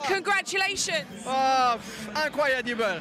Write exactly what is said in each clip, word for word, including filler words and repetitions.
Congratulations! Oh, incroyable!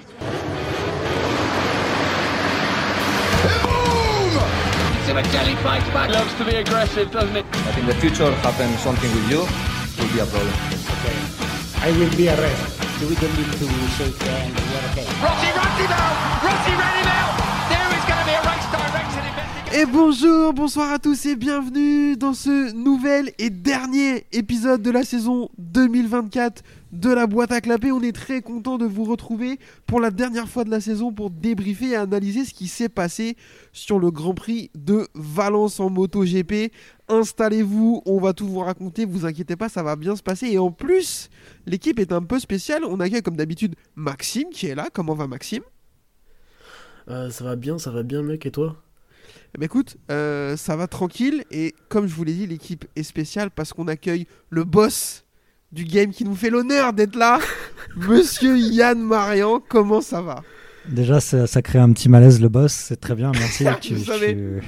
Simoncelli fights back. Loves to be aggressive, doesn't it? But in the future, happen something with you, will be a problem. Okay. I will be arrested. We don't need to shake hands. We are okay. Rossi runs him out. Rossi ran him out. There is going to be a race direction investigation. Et bonjour, bonsoir à tous et bienvenue dans ce nouvel et dernier épisode de la saison deux mille vingt-quatre de la boîte à clapper. On est très content de vous retrouver pour la dernière fois de la saison pour débriefer et analyser ce qui s'est passé sur le Grand Prix de Valence en MotoGP. Installez-vous, on va tout vous raconter, vous inquiétez pas, ça va bien se passer. Et en plus, l'équipe est un peu spéciale. On accueille comme d'habitude Maxime qui est là. Comment va Maxime ? euh, Ça va bien, ça va bien mec, et toi ? Eh ben écoute, euh, ça va tranquille et comme je vous l'ai dit, l'équipe est spéciale parce qu'on accueille le boss du game qui nous fait l'honneur d'être là, Monsieur Yann Marian. Comment ça va ? Déjà, ça, ça crée un petit malaise, le boss, c'est très bien, merci. tu, vous savez. Tu...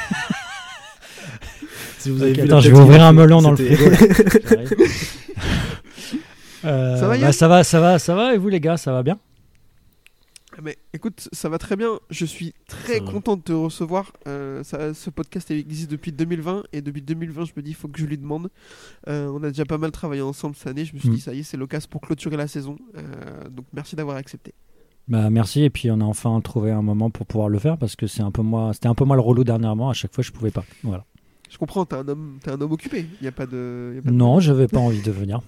si vous avez okay, vu attends, je vais ouvrir un melon dans c'était... le frigo. euh, ça va, Yann ? bah, ça va, ça va, ça va. Et vous les gars, ça va bien ? Mais écoute, ça va très bien. Je suis très ça content va. de te recevoir. Euh, ça, ce podcast existe depuis deux mille vingt et depuis deux mille vingt, je me dis il faut que je lui demande. Euh, on a déjà pas mal travaillé ensemble cette année. Je me suis mmh. dit ça y est, c'est l'occasion pour clôturer la saison. Euh, donc merci d'avoir accepté. Bah merci et puis on a enfin trouvé un moment pour pouvoir le faire parce que c'est un peu moi, c'était un peu moi le relou dernièrement. À chaque fois, je pouvais pas. Voilà. Je comprends, t'es un homme, t'es un homme occupé. Il y a pas de. Y a pas non, de... j'avais pas envie de venir.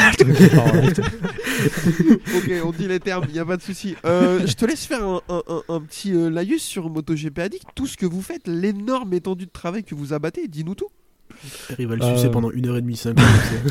Ok, on dit les termes, il y a pas de souci. Euh, je te laisse faire un, un, un, un petit euh, laïus sur MotoGP Addict. Tout ce que vous faites, l'énorme étendue de travail que vous abattez, dis-nous tout. Il va le sucer euh... pendant une heure et demie, cinq ans.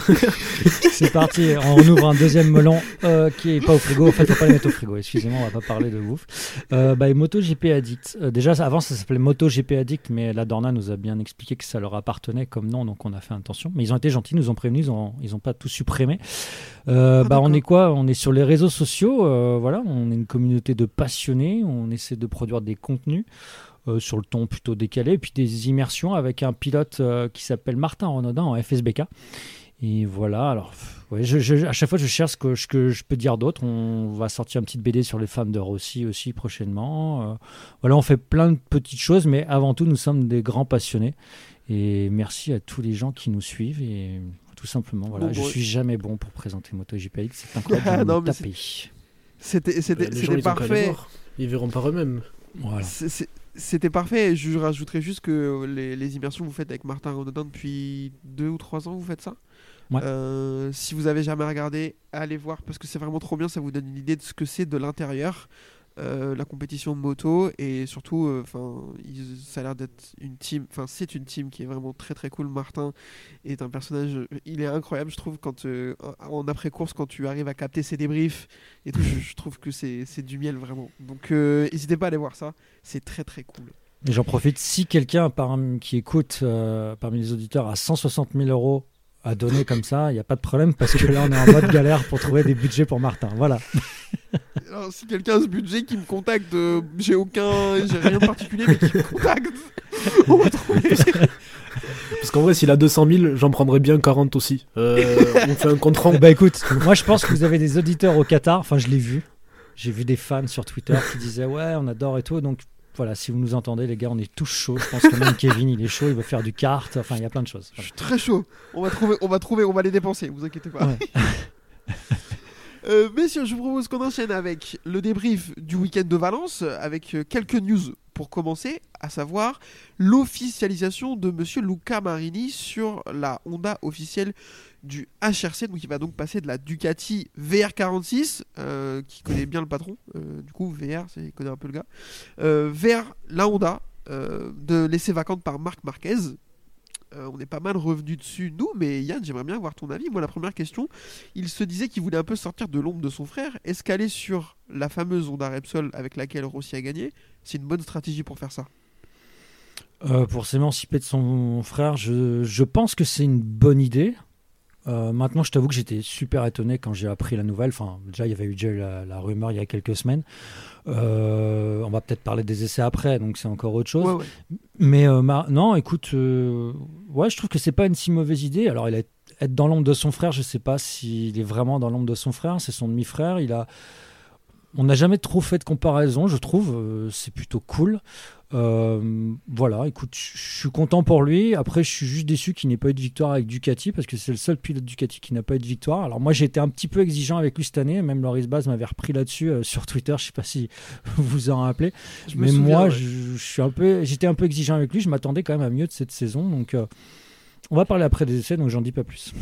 C'est parti, on ouvre un deuxième melon euh, qui est pas au frigo. En fait, faut pas le mettre au frigo. Excusez-moi, on va pas parler de ouf. Euh, bah, MotoGP Addict. Euh, déjà, ça, avant, ça s'appelait MotoGP Addict, mais la Dorna nous a bien expliqué que ça leur appartenait comme nom, donc on a fait attention. Mais ils ont été gentils, nous ont prévenus, ils ont, ils ont pas tout supprimé. Euh, ah, bah, on est quoi ? On est sur les réseaux sociaux. Euh, voilà, on est une communauté de passionnés. On essaie de produire des contenus. Euh, sur le ton plutôt décalé, et puis des immersions avec un pilote euh, qui s'appelle Martin Renaudin en F S B K. Et voilà, alors ouais, je, je, à chaque fois je cherche ce que, ce que je peux dire d'autre. On va sortir une petite B D sur les fans de Rossi aussi prochainement. Euh, voilà, on fait plein de petites choses, mais avant tout, nous sommes des grands passionnés. Et merci à tous les gens qui nous suivent. Et tout simplement, voilà, bon, je bon, suis ouais. jamais bon pour présenter MotoGP X. C'est incroyable de me taper. C'était, c'était, les c'était gens, parfait. Ils, ils verront par eux-mêmes. Voilà. C'est, c'est... C'était parfait, je rajouterais juste que les, les immersions que vous faites avec Martin Renaudin depuis deux ou trois ans, vous faites ça. Ouais. Euh, si vous avez jamais regardé, allez voir parce que c'est vraiment trop bien, ça vous donne une idée de ce que c'est de l'intérieur, euh, la compétition de moto et surtout, enfin, euh, ça a l'air d'être une team, enfin c'est une team qui est vraiment très très cool. Martin est un personnage, il est incroyable, je trouve, quand euh, en après course quand tu arrives à capter ses débriefs et tout, je, je trouve que c'est c'est du miel vraiment. Donc euh, n'hésitez pas à aller voir ça, c'est très très cool. Et j'en profite, si quelqu'un parmi, qui écoute euh, parmi les auditeurs a cent soixante mille euros à donner comme ça, il n'y a pas de problème parce que là on est en mode galère pour trouver des budgets pour Martin. Voilà. Alors, si quelqu'un a ce budget qui me contacte, euh, j'ai aucun, j'ai rien de particulier, mais qui me contacte, on va trouver. Parce qu'en vrai, s'il a deux cent mille, j'en prendrais bien quarante aussi. Euh, on fait un compte rendu. Bah écoute, moi je pense que vous avez des auditeurs au Qatar. Enfin, je l'ai vu. J'ai vu des fans sur Twitter qui disaient ouais, on adore et tout. Donc voilà, si vous nous entendez, les gars, on est tous chauds. Je pense que même Kevin, il est chaud, il veut faire du kart. Enfin, il y a plein de choses. Voilà. Je suis très chaud. On va trouver, on va trouver, on va les dépenser. Vous inquiétez pas. Ouais. Euh, messieurs, je vous propose qu'on enchaîne avec le débrief du week-end de Valence, avec quelques news pour commencer, à savoir l'officialisation de Monsieur Luca Marini sur la Honda officielle du H R C. Donc il va donc passer de la Ducati V R quarante-six, euh, qui connaît bien le patron, euh, du coup V R, c'est, il connaît un peu le gars, euh, vers la Honda, euh, de laisser vacante par Marc Marquez. Euh, on est pas mal revenu dessus, nous, mais Yann, j'aimerais bien avoir ton avis. Moi, la première question, il se disait qu'il voulait un peu sortir de l'ombre de son frère. Est-ce qu'aller sur la fameuse Honda Repsol avec laquelle Rossi a gagné, c'est une bonne stratégie pour faire ça ? euh, Pour s'émanciper de son frère, je, je pense que c'est une bonne idée. Euh, maintenant, je t'avoue que j'étais super étonné quand j'ai appris la nouvelle. Enfin, déjà, il y avait eu déjà la, la rumeur il y a quelques semaines. Euh, on va peut-être parler des essais après, donc c'est encore autre chose. Ouais, ouais. Mais euh, ma... non, écoute, euh... ouais, je trouve que c'est pas une si mauvaise idée. Alors, elle, a... être dans l'ombre de son frère, je ne sais pas s'il est vraiment dans l'ombre de son frère. C'est son demi-frère. Il a... On n'a jamais trop fait de comparaison, je trouve. Euh, c'est plutôt cool. Euh, voilà, écoute, je suis content pour lui. Après, je suis juste déçu qu'il n'ait pas eu de victoire avec Ducati parce que c'est le seul pilote Ducati qui n'a pas eu de victoire. Alors moi, j'ai été un petit peu exigeant avec lui cette année. Même Loris Baz m'avait repris là-dessus euh, sur Twitter. Je ne sais pas si vous vous en rappelez. Je me Mais souviens, moi, ouais. je, je suis un peu, j'étais un peu exigeant avec lui. Je m'attendais quand même à mieux de cette saison. Donc, euh, on va parler après des essais. Donc, j'en dis pas plus.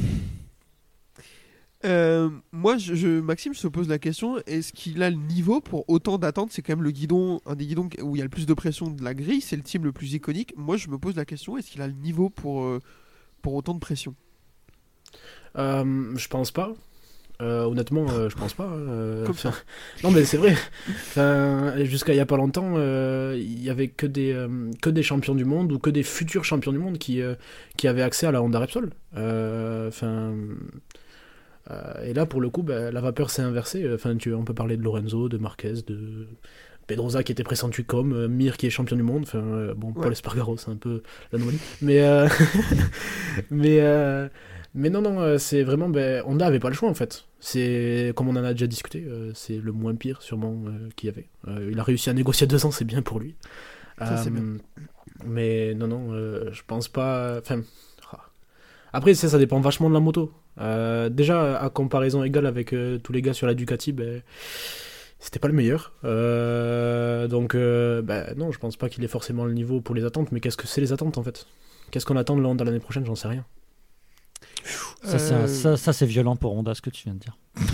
Euh, moi, je, je- Maxime, je te pose la question, est-ce qu'il a le niveau pour autant d'attentes? C'est quand même le guidon, un des guidons où il y a le plus de pression de la grille, c'est le team le plus iconique. Moi, je me pose la question, est-ce qu'il a le niveau pour, euh, pour autant de pression? Euh, je pense pas. Euh, honnêtement, euh, je pense pas. euh, Comme enfin, non, mais c'est vrai. Enfin, jusqu'à il y a pas longtemps, euh, il y avait que des euh, que des champions du monde ou que des futurs champions du monde qui euh, qui avaient accès à la Honda Repsol. Euh, Enfin. Euh, et là, pour le coup, bah, la vapeur s'est inversée. Enfin, tu, on peut parler de Lorenzo, de Marquez, de Pedrosa qui était pressenti comme, euh, Mir qui est champion du monde. Enfin, euh, bon, Ouais. Paul Espargaro, c'est un peu l'anomalie. Mais, euh, mais, euh, mais non, non, euh, c'est vraiment. Ben, Honda avait pas le choix en fait. C'est comme on en a déjà discuté, euh, c'est le moins pire sûrement euh, qu'il y avait. Euh, il a réussi à négocier deux ans, c'est bien pour lui. Ça, c'est bien. Mais non, non, euh, je pense pas. Enfin, ah. Après, ça, ça dépend vachement de la moto. Euh, déjà, à comparaison égale avec euh, tous les gars sur la Ducati, ben, c'était pas le meilleur. Euh, donc, euh, ben, non, je pense pas qu'il ait forcément le niveau pour les attentes. Mais qu'est-ce que c'est les attentes en fait? Qu'est-ce qu'on attend de la Honda l'année prochaine? J'en sais rien. Ça, c'est un- Euh, ça, ça, c'est violent pour Honda, ce que tu viens de dire.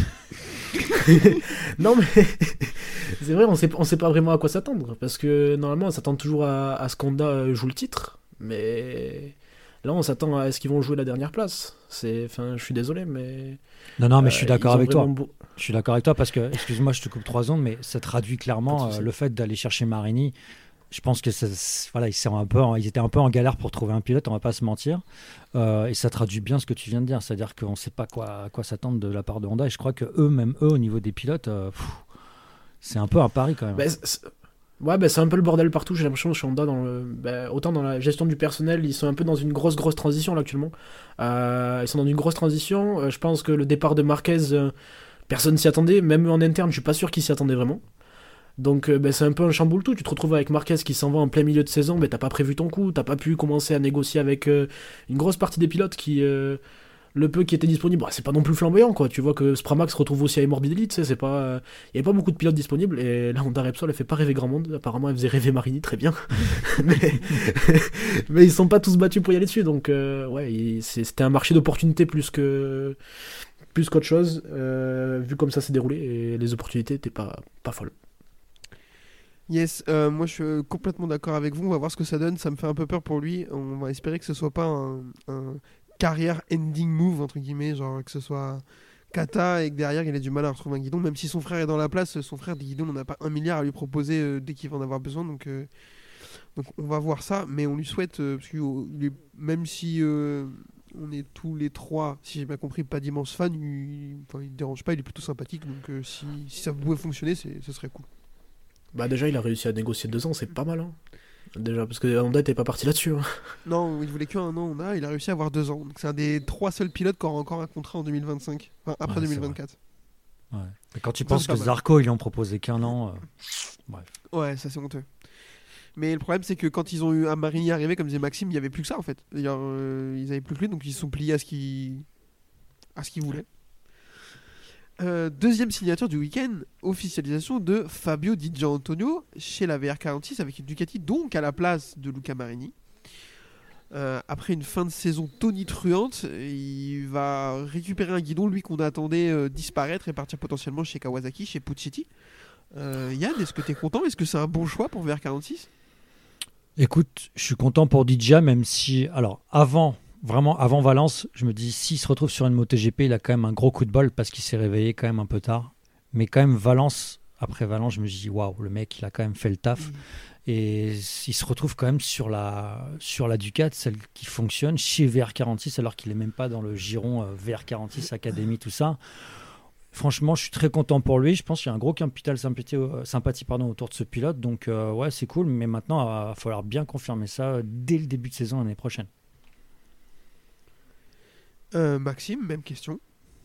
Non, mais c'est vrai, on sait, on sait pas vraiment à quoi s'attendre. Parce que normalement, on s'attend toujours à, à ce qu'Honda joue le titre. Mais là, on s'attend à ce qu'ils vont jouer la dernière place. C'est, enfin, je suis désolé, mais. Non, non, mais je euh, suis d'accord ils ont avec toi. vraiment beau- Je suis d'accord avec toi parce que, excuse-moi, je te coupe trois secondes, mais ça traduit Pas clairement de souci. euh, le fait d'aller chercher Marini. Je pense que ça, c'est- voilà, ils, sont un peu, en- ils étaient un peu en galère pour trouver un pilote, on va pas se mentir. Euh, et ça traduit bien ce que tu viens de dire, c'est-à-dire qu'on ne sait pas quoi, à quoi s'attendre de la part de Honda. Et je crois que eux, même eux, au niveau des pilotes, euh, pff, c'est un peu un pari quand même. Bah, c'est- c'est- Ouais, bah, c'est un peu le bordel partout, j'ai l'impression, chez Honda, dans le... bah, autant dans la gestion du personnel, ils sont un peu dans une grosse, grosse transition là actuellement. Euh, ils sont dans une grosse transition. Euh, je pense que le départ de Marquez, euh, personne s'y attendait, même eux en interne, je suis pas sûr qu'ils s'y attendaient vraiment. Donc euh, bah, c'est un peu un chamboule tout. Tu te retrouves avec Marquez qui s'en va en plein milieu de saison, mais t'as pas prévu ton coup, t'as pas pu commencer à négocier avec euh, une grosse partie des pilotes qui. euh, Le peu qui était disponible, bah, c'est pas non plus flamboyant quoi. Tu vois que Spramax se retrouve aussi à Morbidelli, tu sais, c'est pas. euh, Il y avait pas beaucoup de pilotes disponibles et là Honda Repsol elle fait pas rêver grand monde. Apparemment elle faisait rêver Marini très bien, mais mais ils sont pas tous battus pour y aller dessus. Donc euh, ouais, il- c'est- c'était un marché d'opportunités plus que plus qu'autre chose. Euh, vu comme ça s'est déroulé et les opportunités étaient pas pas folles. Yes, euh, moi je suis complètement d'accord avec vous. On va voir ce que ça donne. Ça me fait un peu peur pour lui. On va espérer que ce soit pas un, un carrière ending move entre guillemets, genre que ce soit Kata et que derrière il ait du mal à retrouver un guidon. Même si son frère est dans la place, son frère des guidons, on n'a pas un milliard à lui proposer euh, dès qu'il va en avoir besoin. Donc, euh, donc on va voir ça. Mais on lui souhaite, euh, parce que euh, il est- même si euh, on est tous les trois, si j'ai bien compris, pas d'immenses fans, il, enfin, il dérange pas, il est plutôt sympathique. Donc euh, si, si ça pouvait fonctionner, c'est- ce serait cool. Bah déjà il a réussi à négocier deux ans, c'est pas mal hein. Déjà parce que Honda était pas parti là-dessus. Hein. Non, il voulait qu'un an, on a, il a réussi à avoir deux ans. Donc c'est un des trois seuls pilotes qui aura encore un contrat en deux mille vingt-cinq. Enfin, après Ouais, c'est deux mille vingt-quatre. Ouais. Et quand tu Ça, penses c'est que pas mal. Zarco, ils lui ont proposé qu'un an. euh, Bref. Ouais, ça c'est honteux. Mais le problème c'est que quand ils ont eu un Marini arrivé, comme disait Maxime, il n'y avait plus que ça en fait. D'ailleurs, euh, ils avaient plus que lui, donc ils se sont pliés à ce qu'ils à ce qu'ils voulaient. Euh, deuxième signature du week-end, officialisation de Fabio Di Gianantonio chez la V R quarante-six avec une Ducati, donc à la place de Luca Marini. Euh, après une fin de saison tonitruante, il va récupérer un guidon, lui qu'on attendait euh, disparaître et partir potentiellement chez Kawasaki, chez Puccetti. Euh, Yann, est-ce que tu es content? Est-ce que c'est un bon choix pour V R quarante-six? Écoute, je suis content pour Didja, même si. Alors, avant, vraiment, avant Valence, je me dis, s'il se retrouve sur une MotoGP, il a quand même un gros coup de bol parce qu'il s'est réveillé quand même un peu tard. Mais quand même, Valence, après Valence, je me dis, waouh, le mec, il a quand même fait le taf. Et il se retrouve quand même sur la, sur la Ducat, celle qui fonctionne, chez V R quarante-six, alors qu'il n'est même pas dans le giron euh, V R quarante-six Academy, tout ça. Franchement, je suis très content pour lui. Je pense qu'il y a un gros capital sympathie, euh, sympathie pardon, autour de ce pilote. Donc, euh, ouais, c'est cool. Mais maintenant, il va falloir bien confirmer ça dès le début de saison l'année prochaine. Euh, Maxime, même question.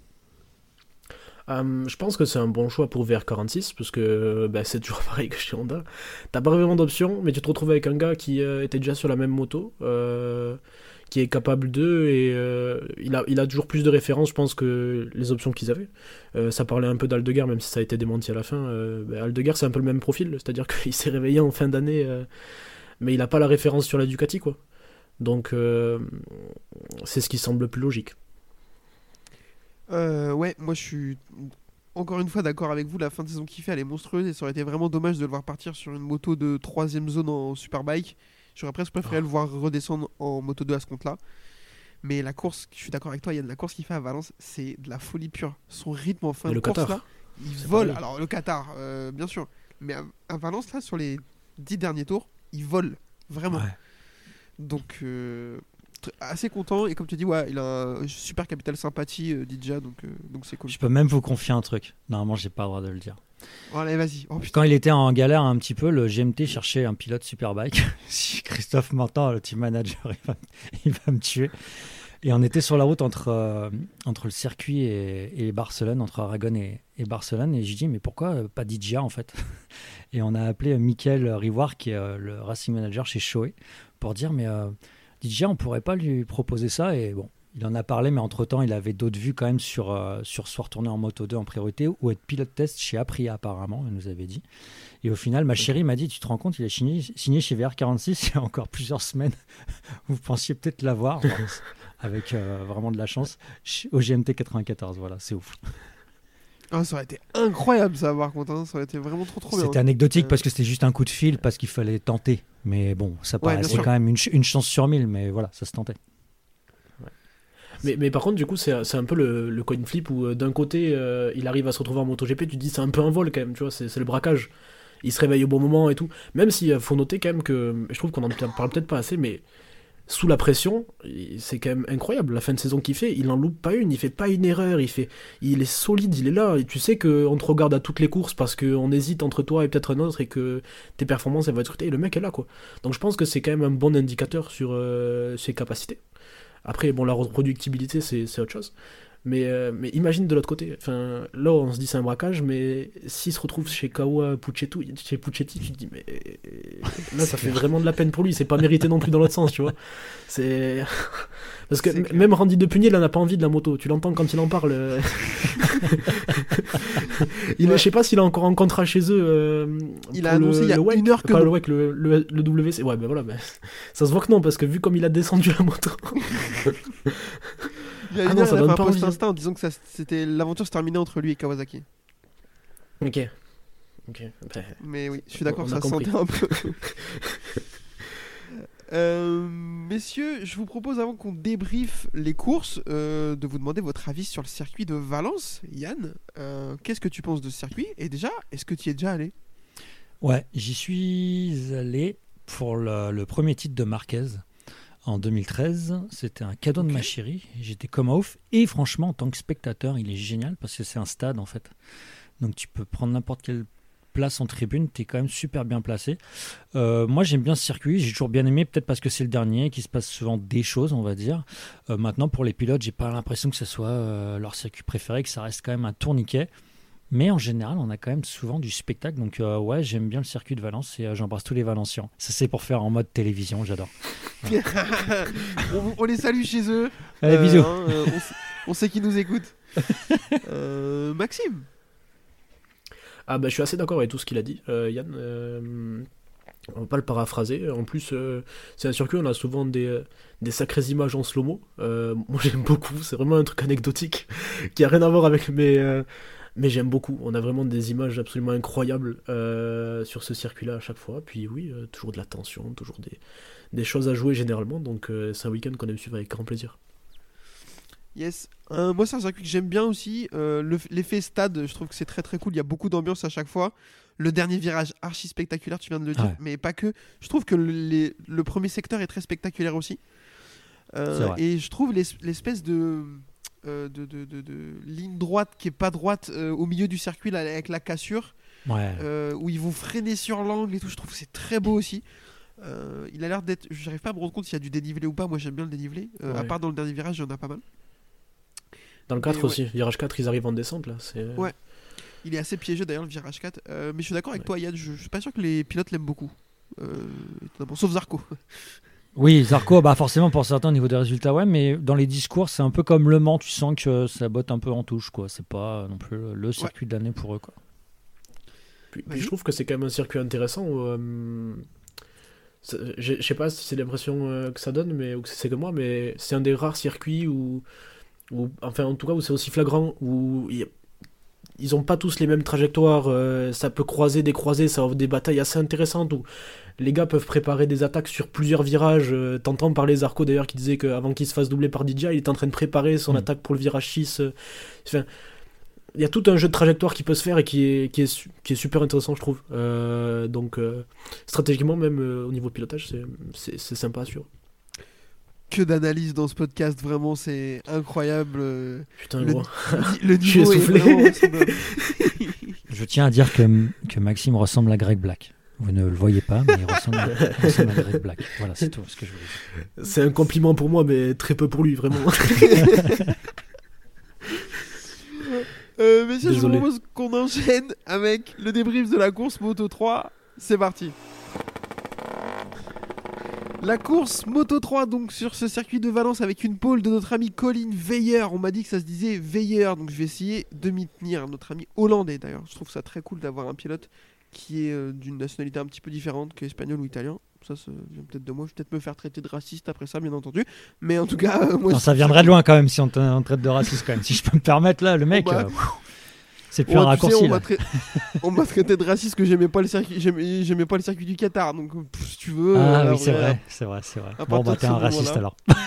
Euh, je pense que c'est un bon choix pour V R quarante-six, parce que bah, c'est toujours pareil que chez Honda. T'as pas vraiment d'options, mais tu te retrouves avec un gars qui euh, était déjà sur la même moto, euh, qui est capable d'eux, et euh, il, a, il a toujours plus de références, je pense, que les options qu'ils avaient. Euh, ça parlait un peu d'Aldeguer, même si ça a été démenti à la fin. Euh, bah, Aldeguer, c'est un peu le même profil, c'est-à-dire qu'il s'est réveillé en fin d'année, euh, mais il a pas la référence sur la Ducati, quoi. Donc, euh, c'est ce qui semble le plus logique. Euh, ouais, moi je suis encore une fois d'accord avec vous, la fin de saison qu'il fait elle est monstrueuse et ça aurait été vraiment dommage de le voir partir sur une moto de troisième zone en Superbike. J'aurais presque préféré oh. le voir redescendre en moto deux à ce compte-là. Mais la course, je suis d'accord avec toi, Yann, la course qu'il fait à Valence, c'est de la folie pure. Son rythme en fin et de le course Qatar. là, il c'est vole. Alors le Qatar, euh, bien sûr. Mais à, à Valence là, sur les dix derniers tours, il vole. Vraiment. Ouais. Donc... Euh... assez content et comme tu dis ouais il a un super capital sympathie euh, Didja donc euh, donc c'est cool. Je peux même vous confier un truc. Normalement j'ai pas le droit de le dire. Oh, allez vas-y. Oh, quand il était en galère un petit peu, le G M T cherchait un pilote Superbike. Si Christophe m'entend, le team manager il va, il va me tuer. Et on était sur la route entre euh, entre le circuit et, et Barcelone, entre Aragon et, et Barcelone, et j'ai dit mais pourquoi euh, pas Didja en fait. Et on a appelé Mickaël Rivoire qui est euh, le racing manager chez Shoei pour dire mais euh, Didja, on pourrait pas lui proposer ça, et bon, il en a parlé, mais entre-temps, il avait d'autres vues quand même sur, euh, sur soit retourner en Moto deux en priorité ou être pilote test chez Aprilia apparemment, il nous avait dit. Et au final, ma chérie m'a dit, tu te rends compte, il a signé, signé chez V R quarante-six il y a encore plusieurs semaines. Vous pensiez peut-être l'avoir, avec euh, vraiment de la chance, au G M T quatre-vingt-quatorze, voilà, c'est ouf. Oh, ça aurait été incroyable ça par contre, hein. Ça aurait été vraiment trop trop bien. C'était anecdotique euh... parce que c'était juste un coup de fil, parce qu'il fallait tenter. Mais bon, ça ouais, paraissait quand même une, ch- une chance sur mille, mais voilà, ça se tentait. Ouais. Mais, mais par contre, du coup, c'est, c'est un peu le, le coin flip où euh, d'un côté, euh, il arrive à se retrouver en MotoGP, tu te dis c'est un peu un vol quand même, tu vois, c'est, c'est le braquage. Il se réveille au bon moment et tout. Même s'il faut noter quand même que, je trouve qu'on en parle peut-être pas assez, mais sous la pression, c'est quand même incroyable la fin de saison qu'il fait, il en loupe pas une, il fait pas une erreur, il fait, il est solide, il est là, et tu sais qu'on te regarde à toutes les courses parce qu'on hésite entre toi et peut-être un autre et que tes performances elles vont être scrutées, et le mec est là quoi. Donc je pense que c'est quand même un bon indicateur sur euh, ses capacités. Après bon, la reproductibilité c'est, c'est autre chose. Mais, euh, mais imagine de l'autre côté, enfin, là on se dit c'est un braquage, mais s'il se retrouve chez Kawa Puccetti, chez Puccetti, tu te dis mais là ça fait vraiment de la peine pour lui, c'est pas mérité non plus dans l'autre sens, tu vois. C'est parce que m- même Randy Depugné il en a pas envie de la moto, tu l'entends quand il en parle. il, ouais. Je sais pas s'il a encore un contrat chez eux. Euh, il a annoncé le, il y a W E C, une heure que pas le W E C, le, le, le W C. Ouais ben voilà, ben, ça se voit que non parce que vu comme il a descendu la moto. Il y a une ah heure, non, il a fait un post Insta en disant que ça, c'était, l'aventure se terminait entre lui et Kawasaki. Ok. Ok. Bah, mais oui, je suis d'accord, ça se sentait un peu. euh, messieurs, je vous propose avant qu'on débriefe les courses, euh, de vous demander votre avis sur le circuit de Valence. Yann, euh, qu'est-ce que tu penses de ce circuit ? Et déjà, est-ce que tu y es déjà allé ? Ouais, j'y suis allé pour le, le premier titre de Marquez. En deux mille treize, c'était un cadeau okay. de ma chérie. J'étais comme ouf. Et franchement, en tant que spectateur, il est génial parce que c'est un stade en fait. Donc tu peux prendre n'importe quelle place en tribune. Tu es quand même super bien placé. Euh, moi, j'aime bien ce circuit. J'ai toujours bien aimé, peut-être parce que c'est le dernier, qu'il se passe souvent des choses, on va dire. Euh, maintenant, pour les pilotes, j'ai pas l'impression que ce soit euh, leur circuit préféré, que ça reste quand même un tourniquet. Mais en général, on a quand même souvent du spectacle. Donc euh, ouais, j'aime bien le circuit de Valence et euh, j'embrasse tous les Valenciens. Ça, c'est pour faire en mode télévision, j'adore. Ouais. on, on les salue chez eux. Allez, euh, bisous. Hein, euh, on, sait, on sait qui nous écoute. euh, Maxime. Ah bah je suis assez d'accord avec tout ce qu'il a dit, euh, Yann. Euh, on va pas le paraphraser. En plus, euh, c'est un circuit où on a souvent des, des sacrées images en slow-mo. Euh, moi, j'aime beaucoup. C'est vraiment un truc anecdotique qui a rien à voir avec mes... Euh, Mais j'aime beaucoup, on a vraiment des images absolument incroyables euh, sur ce circuit-là à chaque fois. Puis oui, euh, toujours de la tension, toujours des, des choses à jouer généralement. Donc euh, c'est un week-end qu'on aime suivre avec grand plaisir. Yes, euh, moi c'est un circuit que j'aime bien aussi. Euh, le, l'effet stade, je trouve que c'est très très cool. Il y a beaucoup d'ambiance à chaque fois. Le dernier virage archi spectaculaire, tu viens de le dire, ouais. Mais pas que. Je trouve que le, les, le premier secteur est très spectaculaire aussi. Euh, et je trouve l'es, l'espèce de... Euh, de, de, de, de ligne droite qui est pas droite euh, au milieu du circuit là, avec la cassure ouais. euh, où ils vont freiner sur l'angle et tout, je trouve que c'est très beau aussi. Euh, il a l'air d'être, j'arrive pas à me rendre compte s'il y a du dénivelé ou pas. Moi j'aime bien le dénivelé, euh, ouais. À part dans le dernier virage il y en a pas mal. Dans le quatre Et aussi, virage quatre, ils arrivent en descente là. C'est... Ouais. Il est assez piégé d'ailleurs le virage quatre. Euh, mais je suis d'accord avec Ouais. toi, Yann. Je, je suis pas sûr que les pilotes l'aiment beaucoup. Euh, étonnamment. Sauf Zarco. Oui, Zarco, bah forcément pour certains au niveau des résultats, ouais, mais dans les discours, c'est un peu comme Le Mans, tu sens que ça botte un peu en touche, quoi. C'est pas non plus le circuit de l'année pour eux, quoi. Puis, puis Vas-y. je trouve que c'est quand même un circuit intéressant. Où, euh, c'est- je je sais pas si c'est l'impression euh, que ça donne, mais ou que c'est que moi, mais c'est un des rares circuits où, où enfin en tout cas où c'est aussi flagrant, où il y a- ils ont pas tous les mêmes trajectoires, euh, ça peut croiser, décroiser, ça offre des batailles assez intéressantes où les gars peuvent préparer des attaques sur plusieurs virages. Euh, T'entends parler Zarco d'ailleurs qui disait qu'avant qu'il se fasse doubler par D J I, il est en train de préparer son Mm. attaque pour le virage six. euh, Enfin, il y a tout un jeu de trajectoire qui peut se faire et qui est, qui est, su- qui est super intéressant, je trouve. Euh, donc, euh, stratégiquement, même euh, au niveau pilotage, c'est, c'est, c'est sympa à suivre. Que d'analyse dans ce podcast, vraiment, c'est incroyable. euh, Putain, Le, gros. le Je suis niveau est essoufflé. vraiment sublime. Je tiens à dire que, que Maxime ressemble à Greg Black. Vous ne le voyez pas, mais il ressemble à, il ressemble à Greg Black. Voilà, c'est tout ce que je voulais dire. C'est un compliment pour moi, mais très peu pour lui, vraiment. Euh, messieurs, je vous Désolé. propose qu'on enchaîne avec le débrief de la course Moto trois. C'est parti. La course Moto trois, donc sur ce circuit de Valence, avec une pole de notre ami Colin Veyer. On m'a dit que ça se disait Veyer, donc je vais essayer de m'y tenir. Notre ami hollandais d'ailleurs. Je trouve ça très cool d'avoir un pilote qui est euh, d'une nationalité un petit peu différente que espagnol ou italien. Ça, ça vient peut-être de moi. Je vais peut-être me faire traiter de raciste après ça, bien entendu. Mais en tout cas, euh, moi, Non, je ça trouve viendrait de loin quand même si on te- on te traite de raciste quand même. Si je peux me permettre là, le mec, bah, euh, pff, c'est plus Ouais, un tu sais, raccourci on là. m'a trai- on m'a traité de raciste que j'aimais pas le circuit, j'aimais, j'aimais pas le circuit du Qatar, donc pff, si tu veux. Ah euh, oui, c'est après, vrai, c'est vrai, c'est vrai. à Bon, partir bah de t'es ce un raciste moment-là. alors.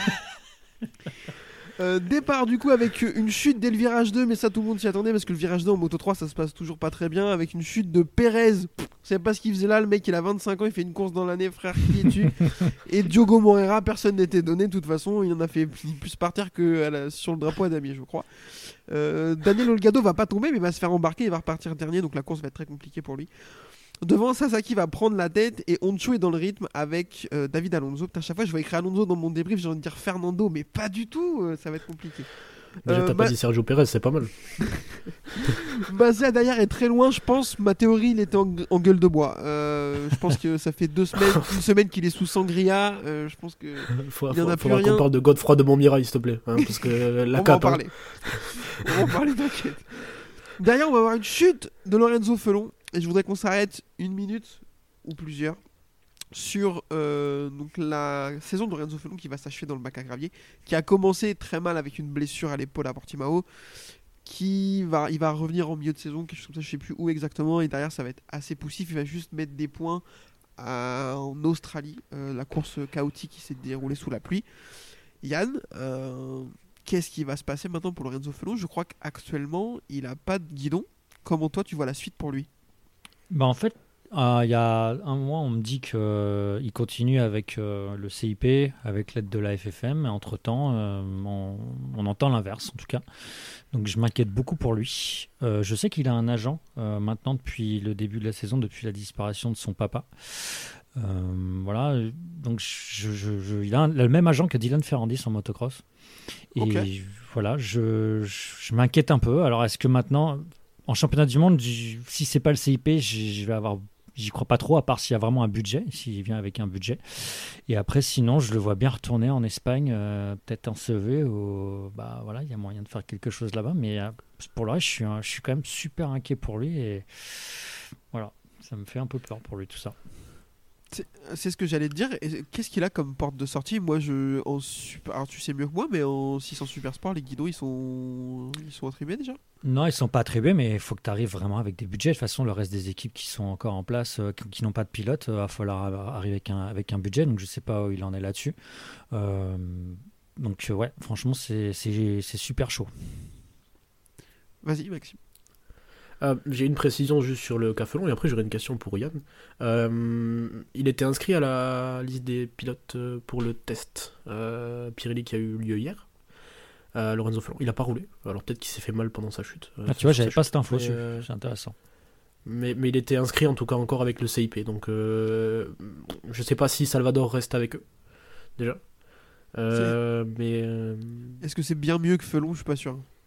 Euh, départ du coup avec une chute dès le virage deux, mais ça tout le monde s'y attendait parce que le virage deux en Moto trois ça se passe toujours pas très bien, avec une chute de Pérez. Pff, je sais pas ce qu'il faisait là, le mec il a vingt-cinq ans, il fait une course dans l'année, frère, qui est dessus. Et Diogo Moreira, personne n'était donné de toute façon, il en a fait plus partir que à la- sur le drapeau à damier, je crois. Euh, Daniel Olgado va pas tomber mais va se faire embarquer, il va repartir dernier, donc la course va être très compliquée pour lui. Devant, Sasaki va prendre la tête et Honcho est dans le rythme avec euh, David Alonso. Putain, à chaque fois je vois écrire Alonso dans mon débrief, j'ai envie de dire Fernando, mais pas du tout, euh, ça va être compliqué. Déjà, Euh, t'as pas Ma- dit Sergio Pérez, c'est pas mal. Mazia d'ailleurs est très loin, je pense. Ma théorie, il était en, en gueule de bois. Euh, je pense que ça fait deux semaines, une semaine qu'il est sous sangria. Euh, je pense que Faudra, Il y en a faudra, plus faudra rien. qu'on parle de Godefroy de Montmirail, s'il te plaît. hein, parce que la on va en cape. hein. parler. on va en parler, t'inquiète. Derrière, on va avoir une chute de Lorenzo Felon. Et je voudrais qu'on s'arrête une minute ou plusieurs sur euh, donc la saison de Lorenzo Felon qui va s'achever dans le bac à gravier, qui a commencé très mal avec une blessure à l'épaule à Portimao, qui va, il va revenir en milieu de saison, quelque chose comme ça, je sais plus où exactement, et derrière ça va être assez poussif, il va juste mettre des points à- en Australie, euh, la course chaotique qui s'est déroulée sous la pluie. Yann, euh, qu'est-ce qui va se passer maintenant pour Lorenzo Felon? Je crois qu'actuellement il a pas de guidon. Comment toi tu vois la suite pour lui? Bah en fait, euh, il y a un mois, on me dit qu'il continue avec euh, le C I P, avec l'aide de la F F M. Et entre-temps, euh, on, on entend l'inverse, en tout cas. Donc je m'inquiète beaucoup pour lui. Euh, je sais qu'il a un agent euh, maintenant depuis le début de la saison, depuis la disparition de son papa. Euh, voilà, donc je, je, je- il a un- le même agent que Dylan Ferrandis en motocross. Et Ok. voilà, je, je, je m'inquiète un peu. Alors est-ce que maintenant, en championnat du monde, j- si c'est pas le C I P, j- je vais avoir, j'y crois pas trop, à part s'il y a vraiment un budget, s'il vient avec un budget. Et après, sinon, je le vois bien retourner en Espagne, euh, peut-être en C V, ou bah voilà, il y a moyen de faire quelque chose là-bas. Mais euh, pour le reste, je suis, un- je suis quand même super inquiet pour lui et voilà, ça me fait un peu peur pour lui tout ça. C'est- C'est ce que j'allais te dire. Et qu'est-ce qu'il a comme porte de sortie? Moi, je en super... Alors, tu sais mieux que moi, mais en six cents Super Sport, les guidos, ils sont ils sont attribués déjà. Non, ils sont pas attribués, mais il faut que tu arrives vraiment avec des budgets. De toute façon, le reste des équipes qui sont encore en place, euh, qui, qui n'ont pas de pilote, il va falloir arriver avec un, avec un budget. Donc, je sais pas où il en est là-dessus. Euh, donc, euh, ouais, franchement, c'est c'est- c'est super chaud. Vas-y, Maxime. Euh, J'ai une précision juste sur le Cafelon et après j'aurai une question pour Yann. Euh, il était inscrit à la liste des pilotes euh, pour le test euh, Pirelli qui a eu lieu hier. Euh, Lorenzo Felon, il a pas roulé. Alors peut-être qu'il s'est fait mal pendant sa chute. euh, Ah, tu vois, sur j'avais sa pas chute. cette info, Mais, dessus. euh, C'est intéressant. Mais, mais il était inscrit en tout cas encore avec le C I P. Donc euh, je sais pas si Salvador reste avec eux déjà. Euh, mais euh, Est-ce que c'est bien mieux que Felon? Je suis pas sûr.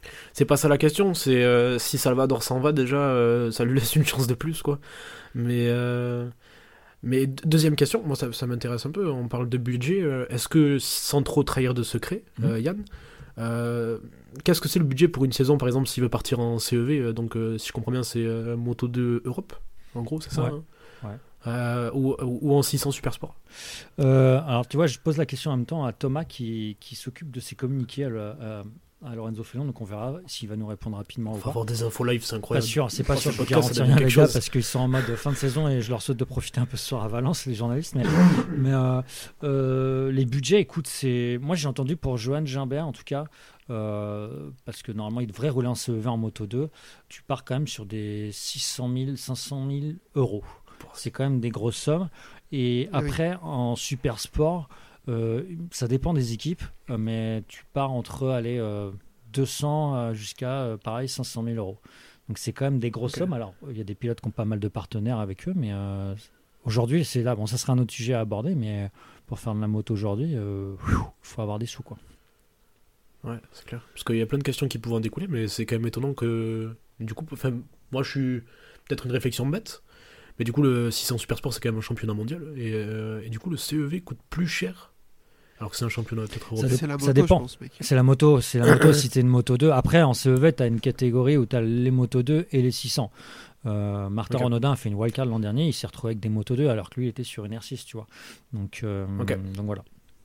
C'est pas ça la question, c'est euh, si Salvador s'en va déjà, euh, ça lui laisse une chance de plus, quoi. Mais, euh, mais deuxième question, moi ça, ça m'intéresse un peu, on parle de budget, euh, est-ce que, sans trop trahir de secret, mmh. euh, Yann, euh, qu'est-ce que c'est le budget pour une saison, par exemple, s'il veut partir en C E V, euh, donc euh, si je comprends bien, c'est euh, Moto deux Europe, en gros, c'est ça, ouais. hein Ouais. Euh, ou, ou en six cents Super Sport. Euh, alors tu vois, je pose la question en même temps à Thomas qui, qui s'occupe de ses communiqués à, à, à Lorenzo Fellon, donc on verra s'il va nous répondre rapidement. Il ou faut pas. avoir des infos live, c'est incroyable. Pas sûr, c'est pas sûr, je podcast, garantis rien les gars chose. parce qu'ils sont en mode fin de saison et je leur souhaite de profiter un peu ce soir à Valence, les journalistes. Mais, mais euh, euh, les budgets, écoute, c'est moi j'ai entendu pour Johan Gimbert en tout cas. Euh, parce que normalement il devrait rouler en C E V en Moto deux, tu pars quand même sur des six cent mille, cinq cent mille euros. C'est quand même des grosses sommes. Et oui. après, en super sport, euh, ça dépend des équipes, euh, mais tu pars entre allez, euh, deux cents euh, jusqu'à euh, pareil cinq cent mille euros. Donc c'est quand même des grosses okay. sommes. Alors il y a des pilotes qui ont pas mal de partenaires avec eux, mais euh, aujourd'hui c'est là. Bon, ça sera un autre sujet à aborder, mais pour faire de la moto aujourd'hui, il euh, faut avoir des sous, quoi. Ouais, c'est clair. Parce qu'il y a plein de questions qui pouvaient en découler, mais c'est quand même étonnant que du coup, enfin, moi je suis peut-être une réflexion bête. Mais du coup, le six cents Super Sport, c'est quand même un championnat mondial. Et, euh, et du coup, le C E V coûte plus cher. Alors que c'est un championnat peut-être européen. C'est la moto, ça dépend. Je pense, mec. C'est la moto. C'est la moto si t'es une moto deux. Après, en C E V, t'as une catégorie où t'as les moto deux et les six cents. Euh, Martin okay. Renaudin a fait une wildcard l'an dernier. Il s'est retrouvé avec des moto deux alors que lui, il était sur une R six, tu vois. Donc, euh, okay. donc voilà.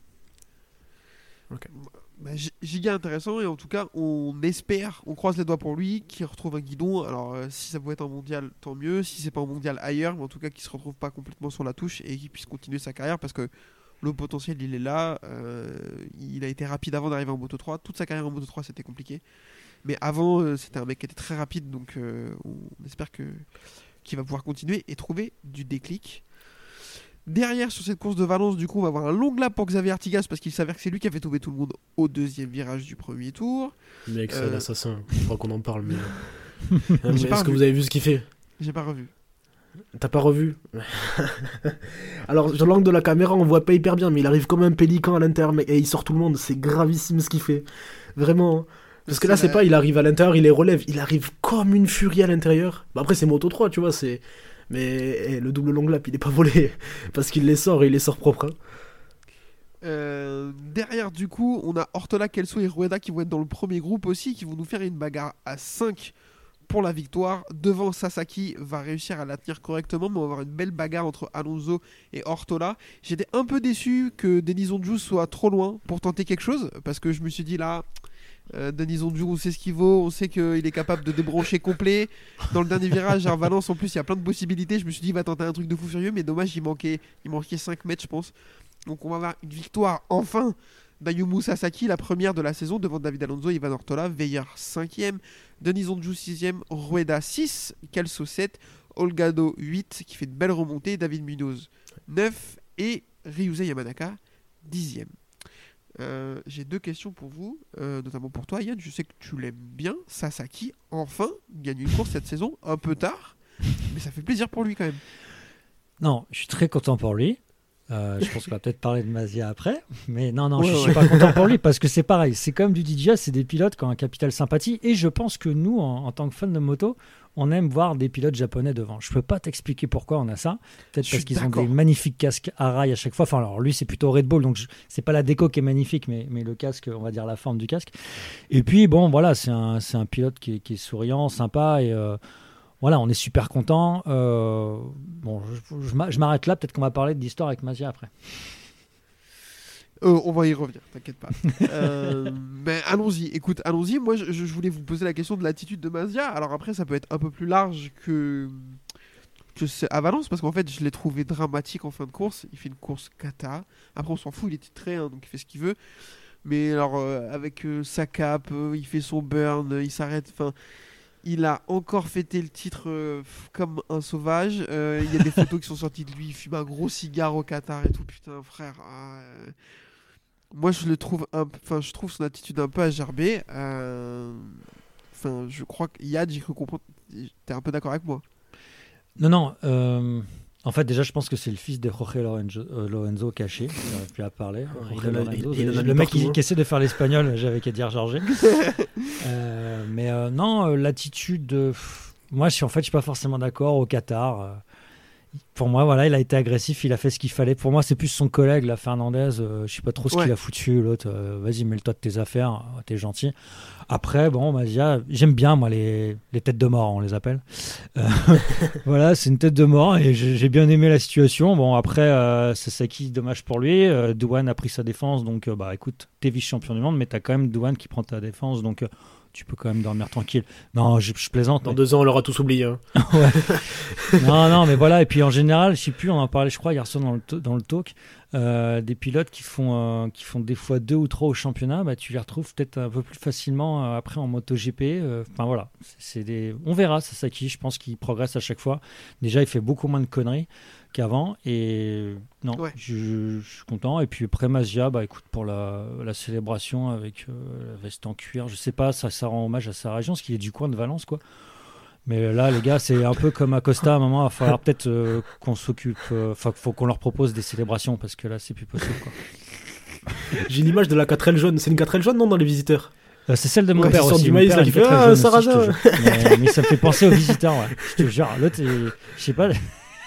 Ok. Bah, giga intéressant, et en tout cas on espère, on croise les doigts pour lui, qu'il retrouve un guidon. Alors euh, si ça pouvait être un mondial, tant mieux. Si c'est pas un mondial, ailleurs, mais en tout cas qu'il se retrouve pas complètement sur la touche et qu'il puisse continuer sa carrière, parce que le potentiel il est là. Euh, il a été rapide avant d'arriver en Moto trois. Toute sa carrière en Moto trois c'était compliqué, mais avant euh, c'était un mec qui était très rapide, donc euh, on espère que qu'il va pouvoir continuer et trouver du déclic. Derrière, sur cette course de Valence, du coup, on va avoir un long lap pour Xavier Artigas, parce qu'il s'avère que c'est lui qui a fait tomber tout le monde au deuxième virage du premier tour. Mec, c'est euh... un assassin. Je crois qu'on en parle, mais. mais est-ce revu. que vous avez vu ce qu'il fait? J'ai pas revu. T'as pas revu? Alors, sur l'angle de la caméra, on voit pas hyper bien, mais il arrive comme un pélican à l'intérieur, mais... et il sort tout le monde. C'est gravissime ce qu'il fait. Vraiment. Parce que là, c'est la... pas il arrive à l'intérieur, il les relève. Il arrive comme une furie à l'intérieur. Bah, après, c'est Moto trois, tu vois, c'est. Mais eh, le double long lap, il est pas volé parce qu'il les sort et il les sort propres. Hein. Euh, derrière, du coup, on a Ortola, Kelso et Rueda qui vont être dans le premier groupe aussi, qui vont nous faire une bagarre à cinq pour la victoire. Devant, Sasaki va réussir à la tenir correctement, mais on va avoir une belle bagarre entre Alonso et Ortola. J'étais un peu déçu que Denis Ondjou soit trop loin pour tenter quelque chose, parce que je me suis dit là... Euh, Denis Ondjou, on sait ce qu'il vaut, on sait qu'il est capable de débrancher complet. Dans le dernier virage à Valence, en plus, il y a plein de possibilités. Je me suis dit, il va tenter un truc de fou furieux, mais dommage, il manquait, il manquait cinq mètres, je pense. Donc, on va avoir une victoire enfin d'Ayumu Sasaki, la première de la saison, devant David Alonso, Ivan Ortola, Veillard cinquième, Denis Ondjou sixième, Rueda six, Kelso sept, Holgado huit, qui fait de belles remontées, David Munoz neuf et Ryuza Yamanaka dixième. Euh, j'ai deux questions pour vous, euh, notamment pour toi Yann, je sais que tu l'aimes bien. Sasaki, enfin, gagne une course cette saison, un peu tard, mais ça fait plaisir pour lui quand même. Non, je suis très content pour lui. Euh, je pense qu'on va peut-être parler de Mazia après, mais non, non, ouais, je ouais. suis pas content pour lui parce que c'est pareil, c'est comme du D J S, c'est des pilotes qui ont un capital sympathie et je pense que nous, en, en tant que fans de moto, on aime voir des pilotes japonais devant. Je peux pas t'expliquer pourquoi on a ça, peut-être parce qu'ils d'accord. ont des magnifiques casques à rail à chaque fois. Enfin, alors lui, c'est plutôt Red Bull, donc je, c'est pas la déco qui est magnifique, mais, mais le casque, on va dire la forme du casque. Et puis bon, voilà, c'est un, c'est un pilote qui est, qui est souriant, sympa et euh, voilà, on est super content. Euh, bon, je, je, je m'arrête là. Peut-être qu'on va parler de l'histoire avec Mazia après. Euh, on va y revenir, t'inquiète pas. euh, mais allons-y. Écoute, allons-y. Moi, je, je voulais vous poser la question de l'attitude de Mazia. Alors après, ça peut être un peu plus large que que c'est à Valence, parce qu'en fait, je l'ai trouvé dramatique en fin de course. Il fait une course cata. Après, on s'en fout. Il est titré, hein, donc il fait ce qu'il veut. Mais alors, euh, avec euh, sa cape, euh, il fait son burn, euh, il s'arrête. Enfin. Il a encore fêté le titre euh, comme un sauvage. Euh, il y a des photos qui sont sorties de lui. Il fume un gros cigare au Qatar et tout. Putain, frère. Ah, euh... Moi, je le trouve, enfin, je trouve son attitude un peu agerbée. Enfin, euh... je crois que Yad, j'ai cru comprendre. T'es un peu d'accord avec moi? Non, non. Euh... En fait, déjà, je pense que c'est le fils de Jorge Lorenzo, euh, Lorenzo caché. J'aurais pu à parler. il Jorge en a- Lorenzo, il- il en a le mis mec partout, qui, hein. qui essaie de faire l'espagnol, j'avais qu'à dire Jorge. Euh, mais euh, non, euh, l'attitude. de- pff, moi, je suis en fait, je suis pas forcément d'accord au Qatar. euh, Pour moi, voilà, il a été agressif, il a fait ce qu'il fallait. Pour moi, c'est plus son collègue, la Fernandez. Euh, je sais pas trop ce Ouais. qu'il a foutu. L'autre, euh, vas-y, mêle-toi de tes affaires. euh, T'es gentil. Après, bon, Mazia, j'aime bien moi les, les têtes de mort, on les appelle. Euh, voilà, c'est une tête de mort et j'ai j'ai bien aimé la situation. Bon, après, euh, Sasaki, dommage pour lui. Euh, Douane a pris sa défense, donc euh, bah écoute, t'es vice-champion du monde, mais t'as quand même Douane qui prend ta défense, donc euh, tu peux quand même dormir tranquille. Non, je, je plaisante. Dans mais- deux ans, on l'aura tous oublié. Hein. Ouais. non, non, mais voilà. Et puis en général, je sais plus, on en parlait, je crois, hier soir dans le, to- dans le talk, euh, des pilotes qui font, euh, qui font des fois deux ou trois au championnat, bah, tu les retrouves peut-être un peu plus facilement euh, après en MotoGP. euh, Enfin voilà, c'est, c'est des... on verra Sasaki, je pense qu'il progresse à chaque fois. Déjà, il fait beaucoup moins de conneries qu'avant. Et non, Ouais. je, je suis content. Et puis après, Mazia, bah, écoute, pour la, la célébration avec euh, la veste en cuir, je sais pas, ça, ça rend hommage à sa région, parce qu'il est du coin de Valence, quoi. Mais là, les gars, c'est un peu comme Acosta. À un moment, il va falloir peut-être euh, qu'on s'occupe. Enfin, faut qu'on leur propose des célébrations parce que là, c'est plus possible. Quoi. J'ai l'image de la quatre L jaune. C'est une quatre L jaune, non, dans les visiteurs? Euh, c'est celle de mon Ouais, père ils sortent aussi. du Mon maïs, père là, a qui une fait, très ah, jeune aussi, Sarrazin. je te jure. mais, mais ça me fait penser aux visiteurs. Ouais. Je te jure, l'autre, il- je sais pas.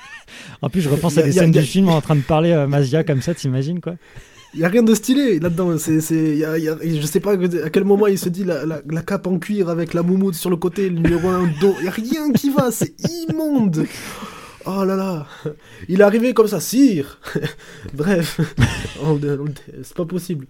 En plus, je repense à Y a- des y a- scènes y a- du film en train de parler à Mazia comme ça, t'imagines quoi? Il y a rien de stylé là-dedans. C'est, c'est, y a, y a, je sais pas à quel moment il se dit la, la, la cape en cuir avec la moumoute sur le côté, le numéro un dos. Il y a rien qui va. C'est immonde. Oh là là. Il est arrivé comme ça, sire. Bref, On- on- c'est pas possible.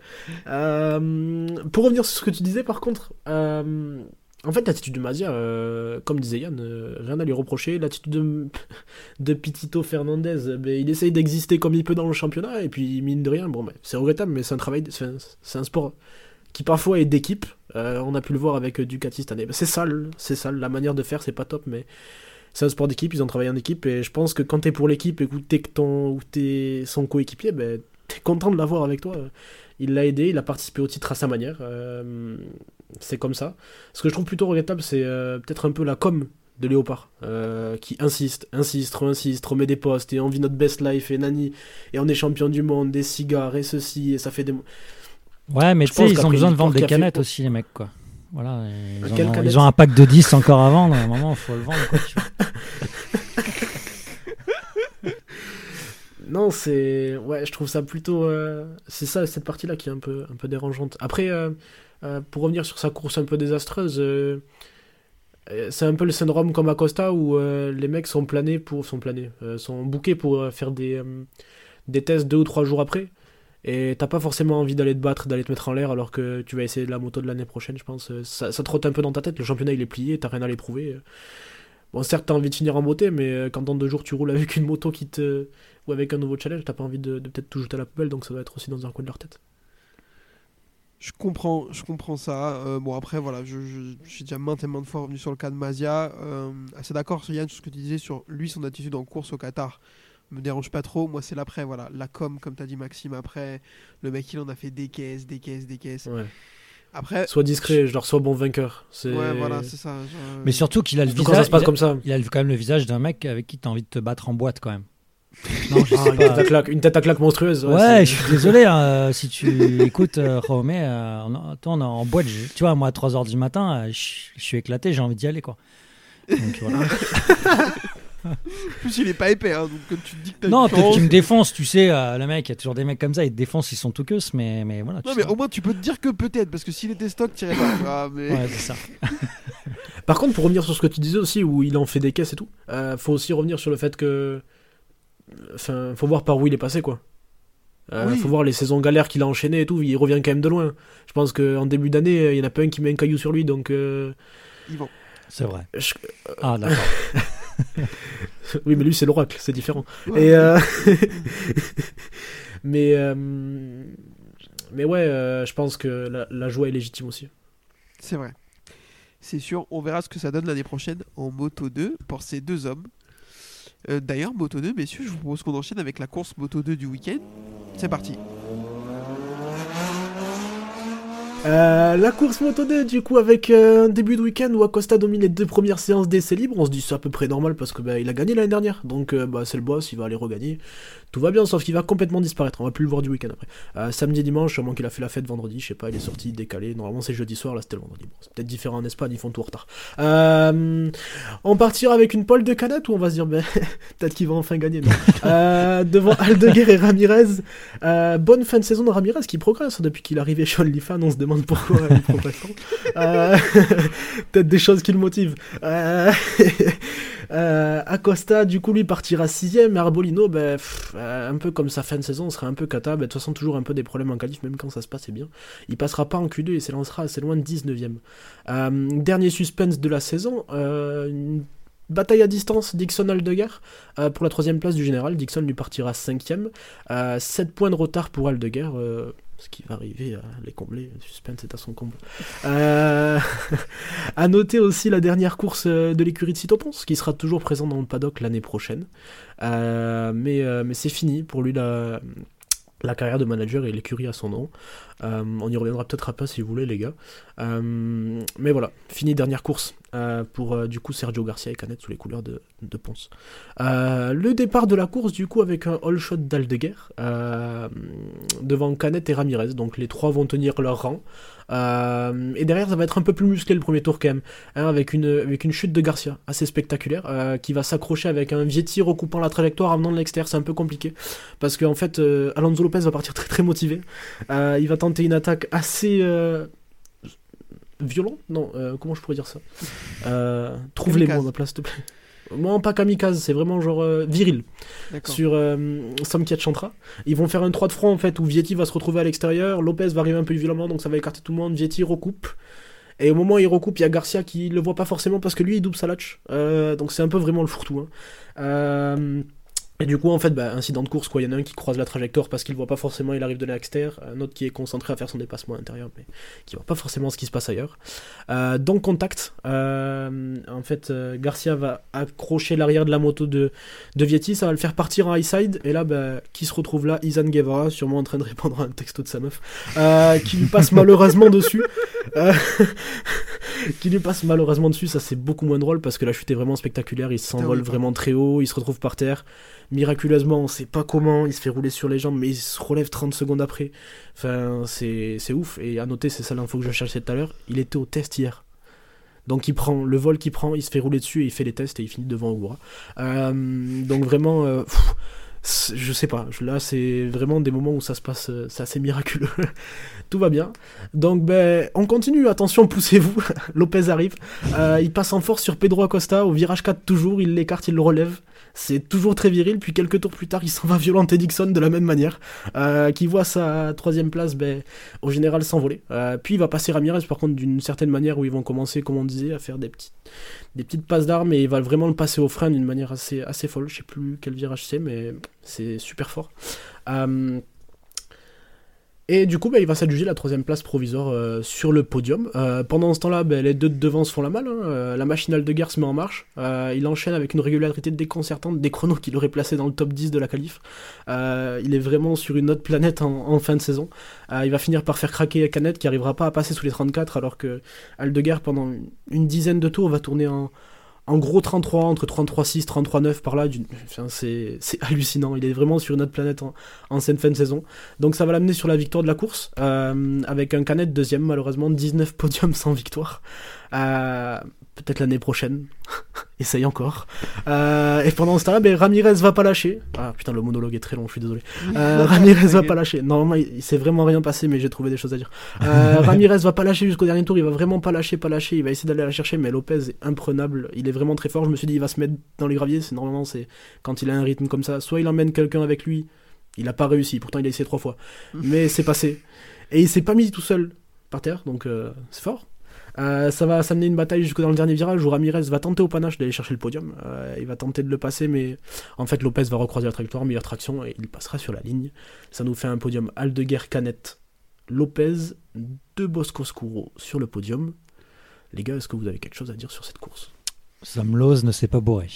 Euh, pour revenir sur ce que tu disais, par contre, euh, en fait, l'attitude de Mazia, euh, comme disait Yann, euh, rien à lui reprocher. L'attitude de, de Pitito Fernandez, ben, il essaye d'exister comme il peut dans le championnat, et puis mine de rien, bon, ben, c'est regrettable, mais c'est un travail, c'est un, c'est un sport qui parfois est d'équipe. Euh, on a pu le voir avec euh, Ducati cette année. Ben, c'est sale, c'est sale, la manière de faire, c'est pas top, mais c'est un sport d'équipe, ils ont travaillé en équipe, et je pense que quand t'es pour l'équipe et que t'es, que ton, ou t'es son coéquipier, ben, t'es content de l'avoir avec toi. Il l'a aidé, il a participé au titre à sa manière. Euh, c'est comme ça. Ce que je trouve plutôt regrettable, c'est euh, peut-être un peu la com de Léopard, euh, qui insiste, insiste, re-insiste, remet des postes, et on vit notre best life, et nani, et on est champion du monde, des cigares, et ceci, et ça fait des... Ouais, mais Je tu sais, pense ils ont qu'après besoin de l'histoire vendre des qui a fait- canettes aussi, les mecs, quoi. Voilà, ils, Un en quelle ont, canette ils ont un pack de dix encore à vendre. À un moment, il faut le vendre, quoi. Tu vois. Non, c'est... Ouais, je trouve ça plutôt... euh, C'est ça, cette partie-là qui est un peu, un peu dérangeante. Après, euh, euh, pour revenir sur sa course un peu désastreuse, euh, euh, c'est un peu le syndrome comme Acosta où euh, les mecs sont planés pour... Sont planés, euh, sont bookés pour euh, faire des, euh, des tests deux ou trois jours après. Et t'as pas forcément envie d'aller te battre, d'aller te mettre en l'air alors que tu vas essayer de la moto de l'année prochaine, je pense. Ça, ça trotte un peu dans ta tête, le championnat il est plié, t'as rien à l'éprouver. Bon, certes, t'as envie de finir en beauté, mais quand dans deux jours tu roules avec une moto qui te... ou avec un nouveau challenge, t'as pas envie de, de peut-être tout jeter à la poubelle, donc ça doit être aussi dans un coin de leur tête. Je comprends, je comprends ça. Euh, bon, après, voilà, je, je, je suis déjà maintes et maintes fois revenu sur le cas de Mazia. Euh, assez d'accord, Yann, sur ce que tu disais sur lui, son attitude en course au Qatar me dérange pas trop. Moi, c'est l'après, voilà. La com, comme t'as dit, Maxime, après. Le mec, il en a fait des caisses, des caisses, des caisses. Ouais. Après. Sois discret, genre sois bon vainqueur. C'est... Ouais, voilà, c'est ça. Genre, Mais surtout qu'il a le Surtout quand visage. ça se passe il a- comme ça. Il a quand même le visage d'un mec avec qui t'as envie de te battre en boîte quand même. Non, je Ah, sais une, tête pas. à claque, une tête à claque monstrueuse. Ouais, c'est- je suis désolé. Hein, euh, si tu écoutes euh, Jaume, euh, on, toi, on est en boîte. je- tu vois, moi à trois heures du matin, euh, je, je suis éclaté, j'ai envie d'y aller quoi. Donc voilà. En plus, il est pas épais, hein, donc quand tu te dis que t'as Non, une peut-être chance- qu'il me défonce, tu sais, euh, le mec, il y a toujours des mecs comme ça, ils te défoncent, ils sont tout queus, mais, mais voilà. Tu Non, sais. mais au moins, tu peux te dire que peut-être, parce que s'il était stock, t'irais pas. Ah, mais... Ouais, c'est ça. Par contre, pour revenir sur ce que tu disais aussi, où il en fait des caisses et tout, euh, faut aussi revenir sur le fait que. Enfin, faut voir par où il est passé, quoi. Euh, Oui. Faut voir les saisons galères qu'il a enchaînées et tout, il revient quand même de loin. Je pense qu'en début d'année, il y en a pas un qui met un caillou sur lui, donc. Euh... Yvan. C'est vrai. je- Ah, d'accord. Oui, mais lui, c'est l'oracle, c'est différent. Ouais. Et. euh, mais. euh, Mais ouais, euh, je pense que la, la joie est légitime aussi. C'est vrai. C'est sûr, on verra ce que ça donne l'année prochaine en Moto deux pour ces deux hommes. Euh, D'ailleurs, Moto deux, messieurs, je vous propose qu'on enchaîne avec la course Moto deux du week-end. C'est parti. Euh, la course Moto deux, du coup, avec euh, un début de week-end où Acosta domine les deux premières séances d'essais libres, on se dit c'est à peu près normal parce que bah, il a gagné l'année dernière, donc euh, bah, c'est le boss, il va aller regagner. Tout va bien, sauf qu'il va complètement disparaître, on va plus le voir du week-end après. Euh, samedi, dimanche, à moins qu'il a fait la fête vendredi, je sais pas, il est sorti décalé, normalement c'est jeudi soir, là c'était le vendredi. Bon, c'est peut-être différent en Espagne, ils font tout en retard. Euh, on partira avec une pole de Canet où on va se dire, ben, peut-être qu'il va enfin gagner. Non. euh, devant Aldeguer et Ramirez, euh, bonne fin de saison de Ramirez qui progresse depuis qu'il est arrivé chez OnlyFans, on se demande pourquoi il progresse. Euh, peut-être des choses qui le motivent. Euh, euh, Acosta, du coup, lui partira sixième, et Arbolino, ben, pff, un peu comme sa fin de saison, serait un peu cata, ben, de toute façon toujours un peu des problèmes en qualif, même quand ça se passait bien. Il passera pas en Q deux et s'élancera assez loin de dix-neuvième. Euh, dernier suspense de la saison, euh, une bataille à distance, Dixon-Aldeguer euh, pour la troisième place du général. Dixon lui partira cinquième, euh, sept points de retard pour Aldeguer, euh, ce qui va arriver à les combler, le suspense est à son comble. Euh... à noter aussi la dernière course de l'écurie de Cito Pons, qui sera toujours présent dans le paddock l'année prochaine. Euh, mais, euh, mais c'est fini pour lui la, la carrière de manager et l'écurie à son nom. Euh, on y reviendra peut-être après si vous voulez les gars. Euh, mais voilà, fini dernière course euh, pour euh, du coup Sergio Garcia et Canet sous les couleurs de, de Pons. Euh, le départ de la course du coup avec un all shot d'Aldeguer euh, devant Canet et Ramirez, donc les trois vont tenir leur rang. Euh, et derrière ça va être un peu plus musclé le premier tour quand même, hein, avec, une, avec une chute de Garcia assez spectaculaire euh, qui va s'accrocher avec un Vietti recoupant la trajectoire en venant de l'extérieur. C'est un peu compliqué parce qu'en fait euh, Alonso Lopez va partir très très motivé, euh, il va tenter une attaque assez euh, violente, non, euh, comment je pourrais dire ça, euh, trouve les mots à ma place s'il te plaît. Non, pas kamikaze, c'est vraiment genre euh, viril. D'accord. Sur euh, Samkiat Chantra. Ils vont faire un trois de front en fait où Vietti va se retrouver à l'extérieur, Lopez va arriver un peu violemment donc ça va écarter tout le monde, Vietti recoupe. Et au moment où il recoupe, il y a Garcia qui le voit pas forcément parce que lui il double sa latch. Euh, donc c'est un peu vraiment le fourre-tout. Hein. Euh, Et du coup, en fait, bah, incident de course, quoi. Il y en a un qui croise la trajectoire parce qu'il voit pas forcément, il arrive de l'extérieur. Un autre qui est concentré à faire son dépassement intérieur, mais qui voit pas forcément ce qui se passe ailleurs. Euh, donc, contact. Euh, en fait, euh, Garcia va accrocher l'arrière de la moto de, de Vietti. Ça va le faire partir en high side. Et là, bah, qui se retrouve là? Izan Guevara, sûrement en train de répondre à un texto de sa meuf, euh, qui lui passe malheureusement dessus. Euh, qui lui passe malheureusement dessus. Ça, c'est beaucoup moins drôle parce que la chute est vraiment spectaculaire. Il s'envole vraiment très haut. Il se retrouve par terre. Miraculeusement, on sait pas comment, il se fait rouler sur les jambes, mais il se relève trente secondes après. Enfin, c'est, c'est ouf. Et à noter, c'est ça l'info que je cherchais tout à l'heure, il était au test hier. Donc il prend le vol qu'il prend, il se fait rouler dessus et il fait les tests et il finit devant Ogura. Euh, donc vraiment, euh, pff, je sais pas, là c'est vraiment des moments où ça se passe, c'est assez miraculeux. Tout va bien. Donc ben, on continue, attention, poussez-vous. Lopez arrive, euh, il passe en force sur Pedro Acosta, au virage quatre toujours, il l'écarte, il le relève. C'est toujours très viril, puis quelques tours plus tard, il s'en va violenter Dixon de la même manière, euh, qui voit sa troisième place, ben, au général s'envoler. Euh, puis il va passer Ramirez, par contre, d'une certaine manière où ils vont commencer, comme on disait, à faire des petites, des petites passes d'armes, et il va vraiment le passer au frein d'une manière assez, assez folle. Je sais plus quel virage c'est, mais c'est super fort. Euh, Et du coup, bah, il va s'adjuger la troisième place provisoire euh, sur le podium. Euh, pendant ce temps-là, bah, les deux de devant se font la malle. Hein. Euh, la machine Aldeguer se met en marche. Euh, il enchaîne avec une régularité déconcertante, des chronos qu'il aurait placés dans le top dix de la qualif. Euh, il est vraiment sur une autre planète en, en fin de saison. Euh, il va finir par faire craquer Canet qui n'arrivera pas à passer sous les trente-quatre, alors que Aldeguer, pendant une dizaine de tours, va tourner en... En gros trente-trois, entre trente-trois six, trente-trois neuf par là, d'une... Enfin, c'est... c'est hallucinant, il est vraiment sur une autre planète en, en cette fin de saison. Donc ça va l'amener sur la victoire de la course, euh, avec un Canet deuxième malheureusement, dix-neuf podiums sans victoire. Euh, peut-être l'année prochaine, essaye encore. Euh, et pendant ce temps-là, ben, Ramirez va pas lâcher. Ah putain, le monologue est très long, je suis désolé. Euh, Ramirez va pas lâcher. Normalement, il, il s'est vraiment rien passé, mais j'ai trouvé des choses à dire. Euh, Ramirez va pas lâcher jusqu'au dernier tour, il va vraiment pas lâcher, pas lâcher. Il va essayer d'aller la chercher, mais Lopez est imprenable. Il est vraiment très fort. Je me suis dit, il va se mettre dans les graviers. C'est normalement, c'est quand il a un rythme comme ça. Soit il emmène quelqu'un avec lui, il a pas réussi. Pourtant, il a essayé trois fois, mais c'est passé. Et il s'est pas mis tout seul par terre, donc euh, c'est fort. Euh, ça va s'amener une bataille jusque dans le dernier virage où Ramirez va tenter au panache d'aller chercher le podium. Euh, il va tenter de le passer, mais en fait Lopez va recroiser la trajectoire, meilleure traction, et il passera sur la ligne. Ça nous fait un podium Aldeguer, Canet, Lopez, de Bosco Scuro sur le podium. Les gars, est-ce que vous avez quelque chose à dire sur cette course? Sam Lowe ne s'est pas bourré.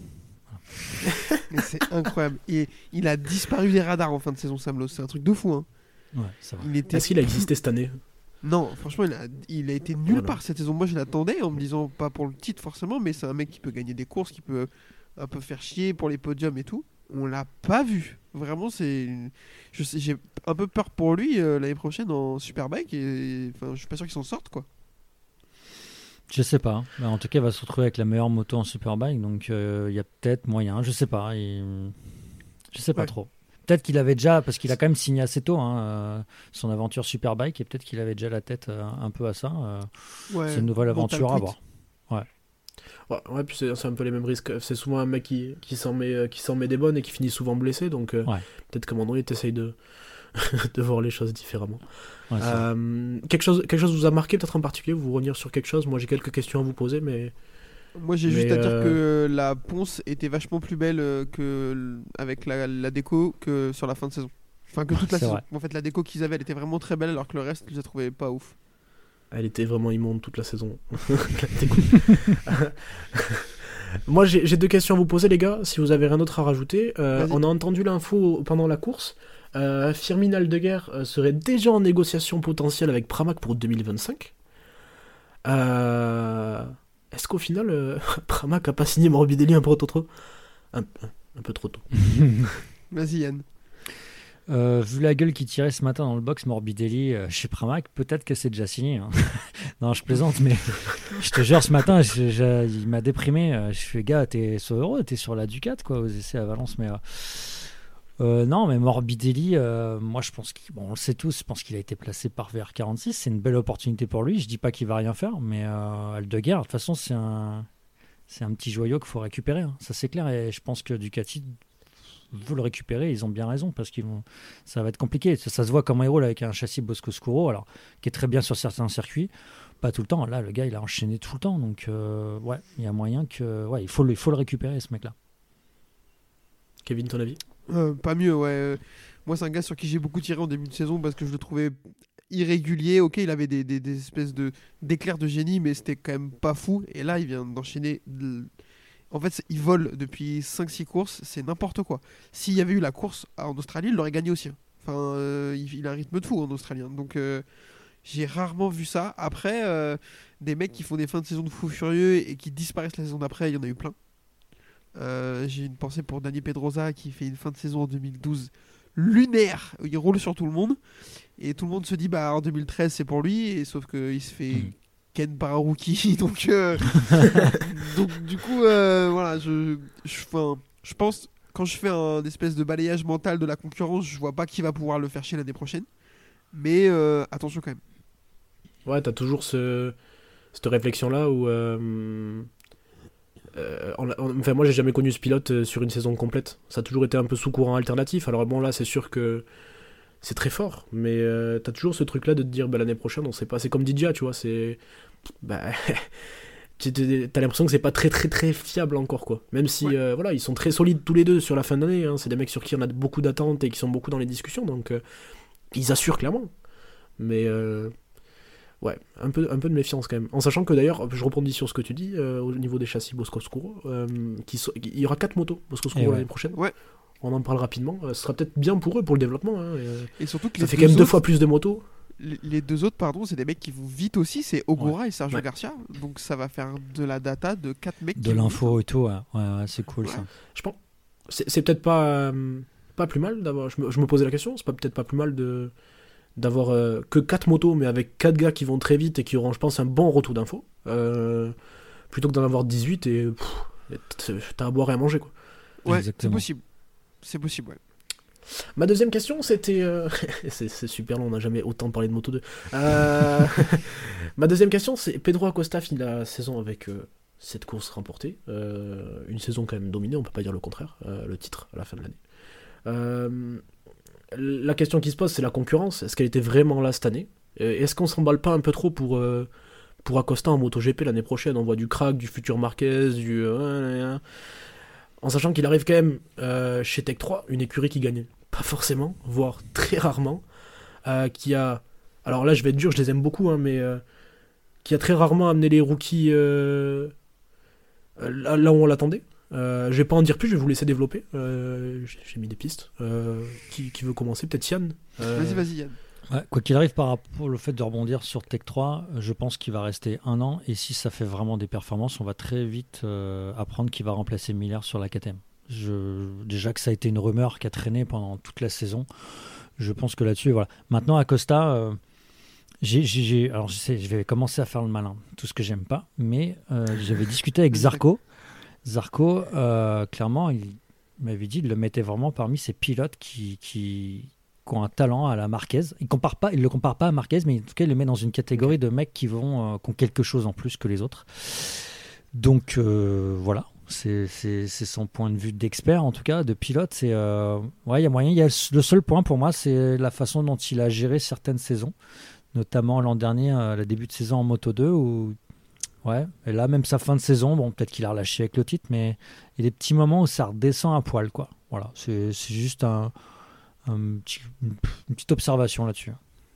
Mais c'est incroyable. Et il a disparu des radars en fin de saison, Sam Lowe. C'est un truc de fou. Hein. Ouais, c'est vrai. Il était... Est-ce qu'il a existé cette année? Non, franchement, il a, il a été nulle Voilà. part cette saison. Moi, je l'attendais en me disant, pas pour le titre forcément, mais c'est un mec qui peut gagner des courses, qui peut un peu faire chier pour les podiums et tout. On l'a pas vu. Vraiment, c'est. Je sais, j'ai un peu peur pour lui euh, l'année prochaine en Superbike et enfin, je suis pas sûr qu'il s'en sorte quoi. Je sais pas. Mais en tout cas, il va se retrouver avec la meilleure moto en Superbike, donc il euh, y a peut-être moyen. Je sais pas. Il... Je sais pas Ouais. trop. Peut-être qu'il avait déjà, parce qu'il a quand même signé assez tôt hein, euh, son aventure Superbike, et peut-être qu'il avait déjà la tête euh, un peu à ça. euh, Ouais, c'est une nouvelle aventure à mental voir. Ouais, ouais, puis c'est, c'est un peu les mêmes risques. C'est souvent un mec qui, qui, s'en met, euh, qui s'en met des bonnes et qui finit souvent blessé, donc euh, Ouais. peut-être qu'à un moment donné, t'essayes de, de voir les choses différemment. Ouais, c'est vrai. Euh, quelque, chose, quelque chose vous a marqué peut-être en particulier, vous revenir sur quelque chose? Moi j'ai quelques questions à vous poser, mais Moi j'ai Mais, juste à dire euh, que la ponce était vachement plus belle euh, que l- avec la, la déco que sur la fin de saison. Enfin que toute la C'est saison. vrai. En fait la déco qu'ils avaient elle était vraiment très belle alors que le reste je la trouvais pas ouf. elle était vraiment immonde toute la saison. La déco. Moi j'ai, j'ai deux questions à vous poser les gars, si vous avez rien d'autre à rajouter. Euh, Vas-y. on a entendu l'info pendant la course. Euh, Firmin Aldeguer euh, serait déjà en négociation potentielle avec Pramac pour deux mille vingt-cinq. Euh, Est-ce qu'au final, euh, Pramac a pas signé Morbidelli un peu trop tôt un, un- un peu trop tôt. Vas-y Yann. Euh, vu la gueule qu'il tirait ce matin dans le box Morbidelli euh, chez Pramac, peut-être que c'est déjà signé. hein. Non, je plaisante, mais je te jure, ce matin, je- je- il m'a déprimé. euh, Je fais, gars, t'es sois heureux, t'es sur la Ducat, quoi, aux essais à Valence. Mais euh, euh, non, mais Morbidelli, euh, moi, je pense qu'on le sait tous, je pense qu'il a été placé par V R quarante-six. C'est une belle opportunité pour lui. Je dis pas qu'il va rien faire, mais euh, Aldeguer, de toute façon, c'est un, c'est un petit joyau qu'il faut récupérer. hein. Ça, c'est clair. Et je pense que Ducati veut le récupérer, ils ont bien raison parce qu'ils vont, ça va être compliqué. Ça, ça se voit comment il roule avec un châssis Bosco-Scuro, alors qui est très bien sur certains circuits, pas tout le temps. Là, le gars, il a enchaîné tout le temps, donc euh, ouais, il y a moyen que, ouais, il faut le, il faut le récupérer ce mec-là. Kevin, ton avis? Euh, pas mieux, ouais. Euh, Moi, c'est un gars sur qui j'ai beaucoup tiré en début de saison parce que je le trouvais irrégulier. Ok, il avait des, des, des espèces de d'éclairs de génie, mais c'était quand même pas fou. Et là, il vient d'enchaîner. de- En fait, c'est- il vole depuis cinq six courses, c'est n'importe quoi. S'il y avait eu la course en Australie, il l'aurait gagné aussi. hein. Enfin, euh, il, il a un rythme de fou en Australien. Donc, euh, j'ai rarement vu ça. Après, euh, des mecs qui font des fins de saison de fou furieux et qui disparaissent la saison d'après, il y en a eu plein. Euh, j'ai une pensée pour Dani Pedrosa qui fait une fin de saison en deux mille douze lunaire, où il roule sur tout le monde et tout le monde se dit bah en deux mille treize c'est pour lui et sauf qu'il se fait Mm. ken par un rookie donc euh, donc du coup euh, voilà je je, 'fin, je pense quand je fais un espèce de balayage mental de la concurrence je vois pas qui va pouvoir le faire chier l'année prochaine mais euh, attention quand même. Ouais, t'as toujours ce, cette réflexion-là où... euh, euh, on a- on- enfin, moi, j'ai jamais connu ce pilote euh, sur une saison complète. Ça a toujours été un peu sous courant alternatif. Alors bon, là, c'est sûr que c'est très fort, mais euh, t'as toujours ce truc-là de te dire, bah, l'année prochaine, on sait pas. C'est comme Didia, tu vois, c'est... Bah... tu- tu- T'as l'impression que c'est pas très très très fiable encore, quoi. Même si, Ouais. euh, voilà, ils sont très solides tous les deux sur la fin d'année. Hein. C'est des mecs sur qui on a beaucoup d'attentes et qui sont beaucoup dans les discussions, donc euh, ils assurent clairement. Mais... euh, Ouais, un peu, un peu de méfiance quand même. En sachant que d'ailleurs, je rebondis sur ce que tu dis, euh, au niveau des châssis Bosco-Scuro, euh, qui so- il y aura quatre motos Bosco-Scuro Et ouais. l'année prochaine. Ouais. On en parle rapidement. Euh, ce sera peut-être bien pour eux, pour le développement. Hein, et, euh, Et surtout que ça les fait deux quand même deux autres- fois plus de motos. les les deux autres pardon c'est des mecs qui vont vite aussi, c'est Ogura et Sergio Ouais. Garcia donc ça va faire de la data de quatre mecs De qui vont l'info et tout, ouais, ouais, ouais, c'est cool ça. Je pense. C'est, c'est peut-être pas, euh, pas plus mal d'avoir. Je me, je me posais la question, c'est pas, peut-être pas plus mal de, d'avoir euh, que quatre motos, mais avec quatre gars qui vont très vite et qui auront, je pense, un bon retour d'infos. Euh, plutôt que d'en avoir dix-huit et pff, t'as à boire et à manger, quoi. Ouais, c'est Exactement. possible. C'est possible, ouais. Ma deuxième question, c'était... euh, c'est, c'est super long, on n'a jamais autant parlé de Moto deux. Euh, Ma deuxième question, c'est Pedro Acosta finit la saison avec euh, cette course remportée. Euh, une saison quand même dominée, on peut pas dire le contraire. Euh, le titre à la fin de l'année. Euh, la question qui se pose, c'est la concurrence. Est-ce qu'elle était vraiment là cette année? Et est-ce qu'on s'emballe pas un peu trop pour, euh, pour Acosta en MotoGP l'année prochaine? On voit du crack, du futur Marquez, du... euh, en sachant qu'il arrive quand même euh, chez Tech trois, une écurie qui gagne pas forcément, voire très rarement, euh, qui a, alors là je vais être dur, je les aime beaucoup, hein, mais euh, qui a très rarement amené les rookies euh, là, là où on l'attendait. Euh, je vais pas en dire plus, je vais vous laisser développer. Euh, j'ai, j'ai mis des pistes. Euh, qui, qui veut commencer? Peut-être Yann. Euh, Vas-y, vas-y, Yann. Ouais, quoi qu'il arrive, par rapport au fait de rebondir sur Tech trois, je pense qu'il va rester un an. Et si ça fait vraiment des performances, on va très vite euh, apprendre qu'il va remplacer Miller sur la K T M. Je, déjà que ça a été une rumeur qui a traîné pendant toute la saison. Je pense que là-dessus, voilà. Maintenant, Acosta, euh, j'ai, j'ai, j'ai, alors je sais, je vais commencer à faire le malin, tout ce que j'aime pas. Mais euh, j'avais discuté avec Zarco. Zarco, euh, clairement, il m'avait dit, il le mettait vraiment parmi ces pilotes qui... qui qui ont un talent à la Marquez. Il compare pas, il le compare pas à Marquez, mais en tout cas, il le met dans une catégorie de mecs qui vont, euh, qui ont quelque chose en plus que les autres. Donc euh, voilà, c'est, c'est, c'est son point de vue d'expert, en tout cas, de pilote. C'est euh, ouais, il y a moyen. Il y a le seul point pour moi, c'est la façon dont il a géré certaines saisons, notamment l'an dernier, euh, le début de saison en Moto deux, où ouais, et là même sa fin de saison, bon, peut-être qu'il a relâché avec le titre, mais il y a des petits moments où ça redescend à poil, quoi. Voilà, c'est, c'est juste un Un petit, une petite observation là-dessus.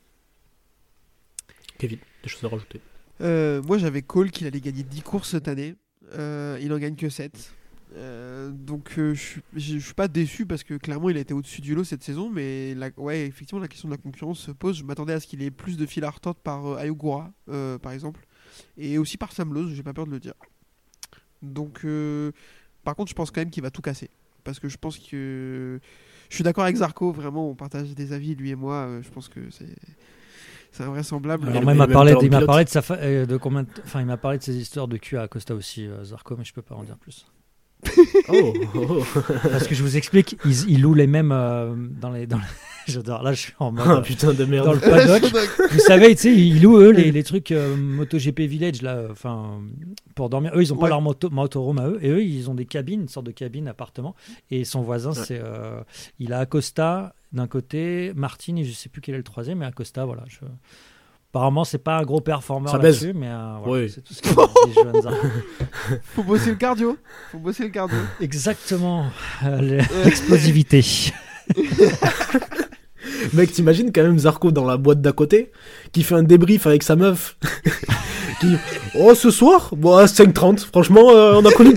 Kevin, des choses à rajouter? euh, Moi j'avais call qu'il allait gagner dix courses cette année. Euh, il en gagne que sept. Euh, donc euh, je ne suis pas déçu parce que clairement il a été au-dessus du lot cette saison. Mais la, ouais, effectivement, la question de la concurrence se pose. Je m'attendais à ce qu'il ait plus de fil à retordre par euh, Ayogura, euh, par exemple. Et aussi par Sam Lowe, j'ai pas peur de le dire. Donc, euh, par contre, je pense quand même qu'il va tout casser. Parce que je pense que. Je suis d'accord avec Zarco, vraiment, on partage des avis, lui et moi. Euh, je pense que c'est, c'est invraisemblable. Alors, il m'a parlé, il m'a parlé de sa, fa... de combien, de... enfin, il m'a parlé de ses histoires de cul à Acosta aussi, euh, Zarco, mais je peux pas en dire plus. Oh, oh, oh. Parce que je vous explique, ils, ils louent les mêmes euh, dans les, dans les... J'adore. Là, je suis en mode. Ah, putain de merde. Dans le paddock. Vous savez, tu sais, ils louent eux les, les trucs euh, MotoGP Village là, enfin pour dormir. Eux, ils ont pas Ouais. leur moto, motorhome à eux, et eux, ils ont des cabines, une sorte de cabine appartement. Et son voisin, Ouais. c'est, euh, il a Acosta d'un côté, Martin, et je sais plus quel est le troisième, mais Acosta, voilà. Je... Apparemment, c'est pas un gros performeur Ça baise. là-dessus, mais euh, voilà, Oui. c'est tout ce que les jeunes Zarco. Faut bosser le cardio. Faut bosser le cardio. Exactement, euh, l'explosivité. Mec, t'imagines quand même Zarco dans la boîte d'à côté, qui fait un débrief avec sa meuf. qui oh, ce soir, bon, à cinq trente, franchement, euh, on a connu.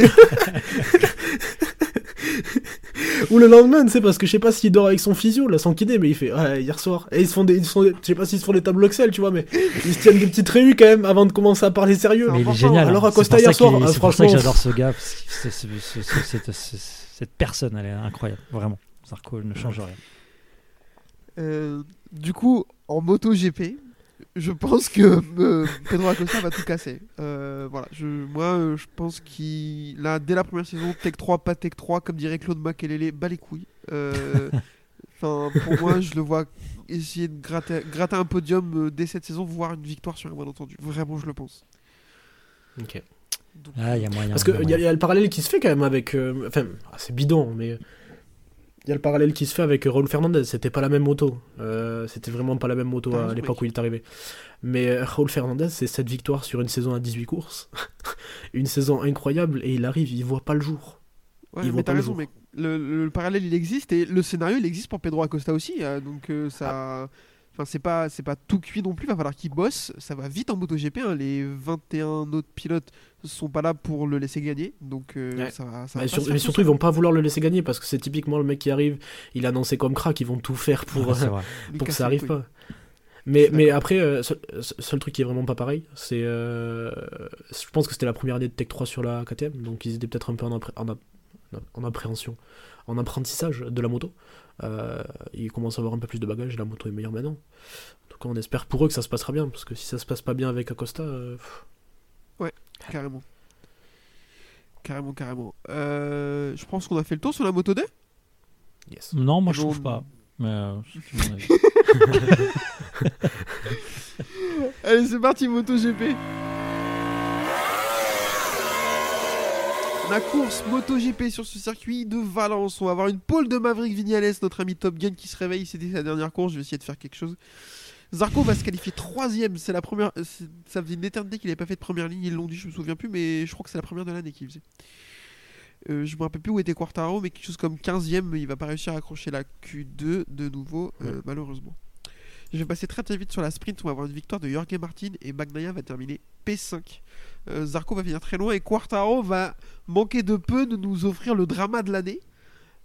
Ou le lendemain, tu sais, parce que je sais pas s'il dort avec son physio, là, son kiné, mais il fait, ouais, hier soir. Et ils se font des, ils se font des- je sais pas s'ils se font des tableaux Excel, tu vois, mais ils se tiennent des petites réunions quand même avant de commencer à parler sérieux. Mais il est important. génial. Alors, hein. Acosta C'est pour hier ça qu'il soir, est- euh, c'est pour ça franchement- que j'adore ce gars. Parce que c'est- c'est- c'est- c'est- cette, cette- cette personne, elle est incroyable, vraiment. Zarco ne change rien. Euh, du coup, en MotoGP, je pense que euh, Pedro Acosta va tout casser. Euh, voilà, je, moi, euh, je pense qu'il a dès la première saison, Tech trois, pas Tech trois, comme dirait Claude Makelele, bat les couilles. Euh, Enfin, pour moi, je le vois essayer de gratter, gratter un podium euh, dès cette saison, voire une victoire sur un malentendu. Vraiment, je le pense. Ok. Donc, Ah, il y a moyen. Parce il y a qu'il y, a- moyen. y a le parallèle qui se fait quand même avec. euh, Enfin, ah, c'est bidon, mais. Il y a le parallèle qui se fait avec Raúl Fernandez. C'était pas la même moto. Euh, c'était vraiment pas la même moto T'as à raison, l'époque mec. où il est arrivé. Mais euh, Raúl Fernandez, c'est sept victoires sur une saison à dix-huit courses. Une saison incroyable, et il arrive, il voit pas le jour. Ouais, Ils mais vont t'as pas le raison, jour. mec. Le, le- le parallèle, il existe, et le scénario, il existe pour Pedro Acosta aussi. euh, donc, euh, ça. Enfin, c'est pas, c'est pas tout cuit non plus. Il va falloir qu'il bosse. Ça va vite en MotoGP. Hein. Les vingt et un autres pilotes sont pas là pour le laisser gagner. Donc, euh, Ouais. ça va. Ça va Mais, pas sur- se faire mais tout surtout, ils seul. vont pas vouloir le laisser gagner parce que c'est typiquement le mec qui arrive. Il est annoncé comme crack. Ils vont tout faire pour, Ouais, c'est vrai. Lui pour que casser ça les arrive couilles. pas. Mais, suis mais d'accord. après, euh, seul, seul truc qui est vraiment pas pareil, c'est. euh, je pense que c'était la première année de Tech trois sur la K T M, donc ils étaient peut-être un peu en, appré- en, ap- en appréhension, en apprentissage de la moto. Euh, ils commencent à avoir un peu plus de bagages, la moto est meilleure maintenant. En tout cas, on espère pour eux que ça se passera bien, parce que si ça se passe pas bien avec Acosta. euh, pff, Carrément. Carrément, carrément. Euh, je pense qu'on a fait le tour sur la Moto deux. yes. Non, moi Et je bon, trouve pas. Mais euh, c'est mon avis. Allez, c'est parti, MotoGP. La course MotoGP sur ce circuit de Valence. On va avoir une pole de Maverick Viñales, notre ami Top Gun qui se réveille. C'était sa dernière course. Je vais essayer de faire quelque chose. Zarco va se qualifier troisième. C'est la première. c'est- Ça faisait une éternité qu'il n'avait pas fait de première ligne. Ils l'ont dit, je me souviens plus, mais je crois que c'est la première de l'année qu'il faisait. Euh, je me rappelle plus où était Quartaro, mais quelque chose comme quinzième. Il va pas réussir à accrocher la Q deux de nouveau, euh, malheureusement. Je vais passer très très vite sur la sprint. On va avoir une victoire de Jorge Martin et Bagnaia va terminer P cinq. Euh, Zarco va finir très loin et Quartaro va manquer de peu de nous offrir le drama de l'année.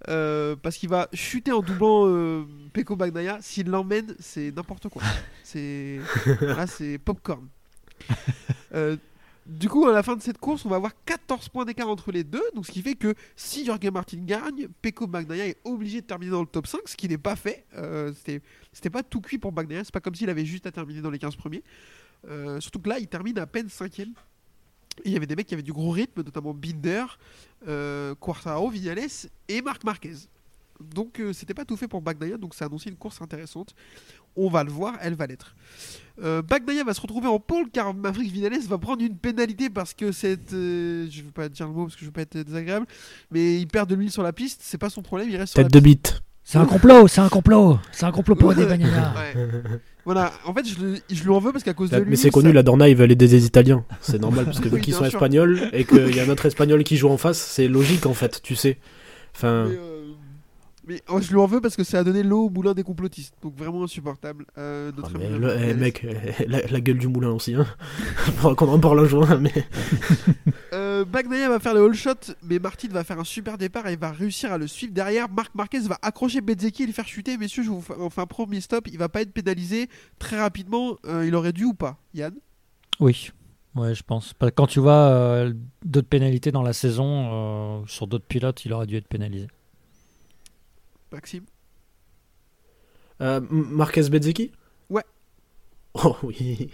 Euh, parce qu'il va chuter en doublant euh, Pecco Bagnaia. S'il l'emmène, c'est n'importe quoi. C'est là, c'est popcorn. Euh, du coup, à la fin de cette course, on va avoir quatorze points d'écart entre les deux. Donc, ce qui fait que si Jorge Martin gagne, Pecco Bagnaia est obligé de terminer dans le top cinq, ce qui n'est pas fait. Euh, c'était, c'était pas tout cuit pour Bagnaia. C'est pas comme s'il avait juste à terminer dans les quinze premiers. Euh, surtout que là, il termine à peine cinquième. Et il y avait des mecs qui avaient du gros rythme, notamment Binder, euh, Quartararo, Viñales et Marc Marquez. Donc euh, c'était pas tout fait pour Bagnaia, donc ça annonçait une course intéressante. On va le voir, elle va l'être. Euh, Bagnaia va se retrouver en pole car Maverick Viñales va prendre une pénalité parce que cette, euh, je veux pas dire le mot parce que je veux pas être désagréable, mais il perd de l'huile sur la piste, c'est pas son problème, il reste sur Tête la de piste. bite. C'est un complot, c'est un complot, c'est un complot pour aider Bagnaia. Ouais. Voilà, en fait je, le, je lui en veux parce qu'à cause La, de lui. mais c'est connu, ça... la Dorna, il veut aider des Italiens. C'est normal parce que vu Oui, qu'ils bien sont sûr. espagnols et qu'il y a un autre espagnol qui joue en face, c'est logique en fait, tu sais. Enfin, Mais, euh, mais oh, je lui en veux parce que ça a donné l'eau au moulin des complotistes, donc vraiment insupportable. Euh, ah, notre mais ami le- Maverick eh, Viñales. mec, eh, la, la gueule du moulin aussi. Hein. Faudra qu'on en parle un jour, hein, mais Euh, Bagnaia va faire le all shot, mais Martin va faire un super départ et va réussir à le suivre derrière. Marc Marquez va accrocher Bezzecchi et le faire chuter. Messieurs, je vous fais enfin, un premier stop. Il va pas être pénalisé très rapidement. Euh, il aurait dû ou pas, Yann? Oui, ouais, je pense. Pas- Quand tu vois euh, d'autres pénalités dans la saison, euh, sur d'autres pilotes, il aurait dû être pénalisé. Maxime? euh, M- Marquez Bezzecchi. Ouais. Oh oui.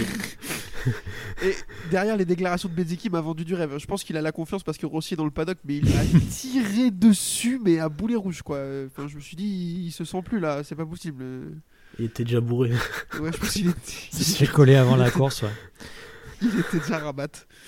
Et derrière les déclarations de Bezzecchi m'a vendu du rêve. Je pense qu'il a la confiance parce que Rossi est dans le paddock, mais il a tiré dessus, mais à boulet rouge quoi. Enfin, je me suis dit, il, il se sent plus là, c'est pas possible. Il était déjà bourré. Ouais, je pense qu'il était, Il s'est collé avant la course, ouais. il était déjà rabat.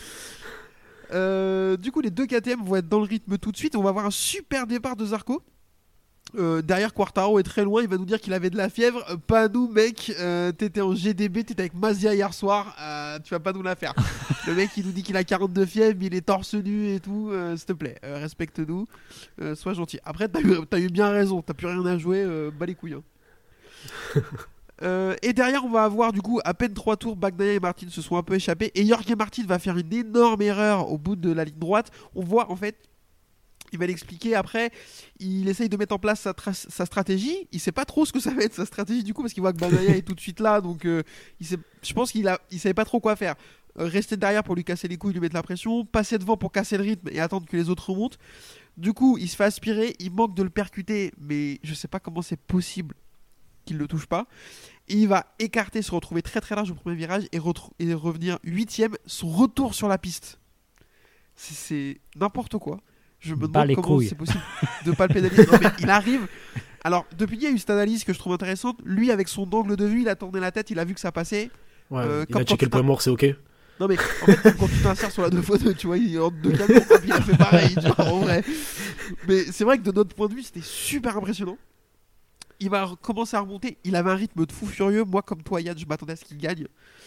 Euh, du coup, les deux K T M vont être dans le rythme tout de suite. On va avoir un super départ de Zarco. Euh, derrière, Quartaro est très loin. Il va nous dire qu'il avait de la fièvre. Euh, pas nous, mec. Euh, t'étais en G D B, t'étais avec Mazia hier soir. Euh, tu vas pas nous la faire. Le mec, il nous dit qu'il a quarante-deux fièvre, il est torse nu et tout. Euh, S'il te plaît, euh, respecte-nous. Euh, sois gentil. Après, t'as eu, t'as eu bien raison. T'as plus rien à jouer. Euh, bas les couilles. Hein. Euh, et derrière, on va avoir du coup à peine trois tours. Bagnaia et Martin se sont un peu échappés. Et Jorge Martin va faire une énorme erreur au bout de la ligne droite. On voit en fait. Il va l'expliquer après. Il essaye de mettre en place sa, tra- sa stratégie. Il sait pas trop ce que ça va être sa stratégie du coup parce qu'il voit que Bagnaia est tout de suite là. Donc euh, il sait, je pense qu'il a, il savait pas trop quoi faire. Euh, rester derrière pour lui casser les couilles, lui mettre la pression. Passer devant pour casser le rythme et attendre que les autres remontent. Du coup, il se fait aspirer. Il manque de le percuter, mais je sais pas comment c'est possible qu'il le touche pas. Et il va écarter, se retrouver très très large au premier virage et, retr- et revenir huitième. Son retour sur la piste. C'est, c'est n'importe quoi. Je me Bas demande les comment couilles. c'est possible de pas le pénaliser. Non, mais il arrive. Alors, depuis il y a eu cette analyse que je trouve intéressante. Lui, avec son angle de vue, il a tourné la tête, il a vu que ça passait. Ouais, Euh, il comme a checké quand le point mort, c'est ok. Non, mais en fait, comme quand tu t'insères sur la deux fois deux, tu vois, il entre deux camions, hop, il a fait pareil, tu vois, en vrai. Mais c'est vrai que de notre point de vue, c'était super impressionnant. Il va commencer à remonter. Il avait un rythme de fou furieux. Moi, comme toi, Yann, je m'attendais à ce qu'il gagne.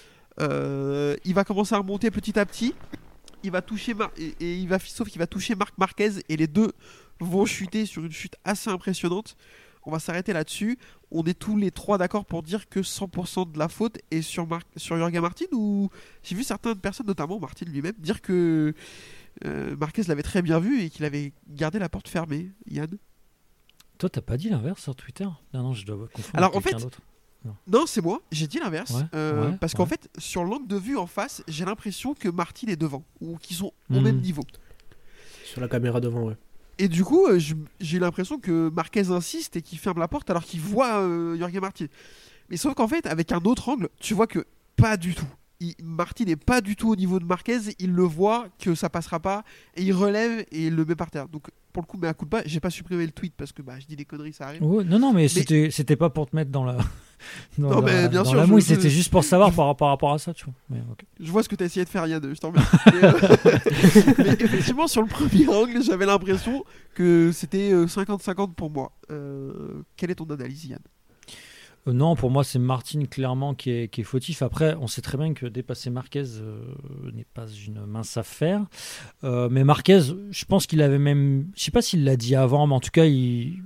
Euh, il va commencer à remonter petit à petit. Il va toucher Mar- et, et il va sauf qu'il va toucher Marc Marquez et les deux vont chuter sur une chute assez impressionnante. On va s'arrêter là-dessus. On est tous les trois d'accord pour dire que cent pour cent de la faute est sur Mar- sur Jorge Martin, ou j'ai vu certaines personnes, notamment Martin lui-même, dire que euh, Marquez l'avait très bien vu et qu'il avait gardé la porte fermée. Yann? Toi, t'as pas dit l'inverse sur Twitter? Non, non, je dois confondre Alors, avec en quelqu'un fait, d'autre. Non, c'est moi, j'ai dit l'inverse. Ouais, euh, ouais, parce qu'en ouais. fait, sur l'angle de vue en face, j'ai l'impression que Martin est devant, ou qu'ils sont au Mhm. même niveau. Sur la caméra devant, ouais. Et du coup, euh, je- j'ai l'impression que Marquez insiste et qu'il ferme la porte alors qu'il voit euh, Jorge Martin. Mais sauf qu'en fait, avec un autre angle, tu vois que pas du tout. Il, Martin n'est pas du tout au niveau de Marquez, il le voit que ça passera pas, et il relève et il le met par terre. Donc pour le coup, mais à coup de pas, j'ai pas supprimé le tweet parce que bah, je dis des conneries, ça arrive. Ouais, non, non, mais, c'était, c'était pas pour te mettre dans la. Dans Non, la, mais bien dans sûr, la je- mouille, je- c'était juste pour savoir par, par rapport à ça, tu vois. Mais, ok. Je vois ce que tu as essayé de faire, Yann, je t'en remercie. Mais, euh, mais effectivement, sur le premier angle, j'avais l'impression que c'était euh, cinquante cinquante pour moi. Euh, quelle est ton analyse, Yann? Euh, non, pour moi, c'est Martin clairement qui est, qui est fautif. Après, on sait très bien que dépasser Marquez euh, n'est pas une mince affaire. Euh, mais Marquez, je pense qu'il avait même. Je sais pas s'il l'a dit avant, mais en tout cas, il.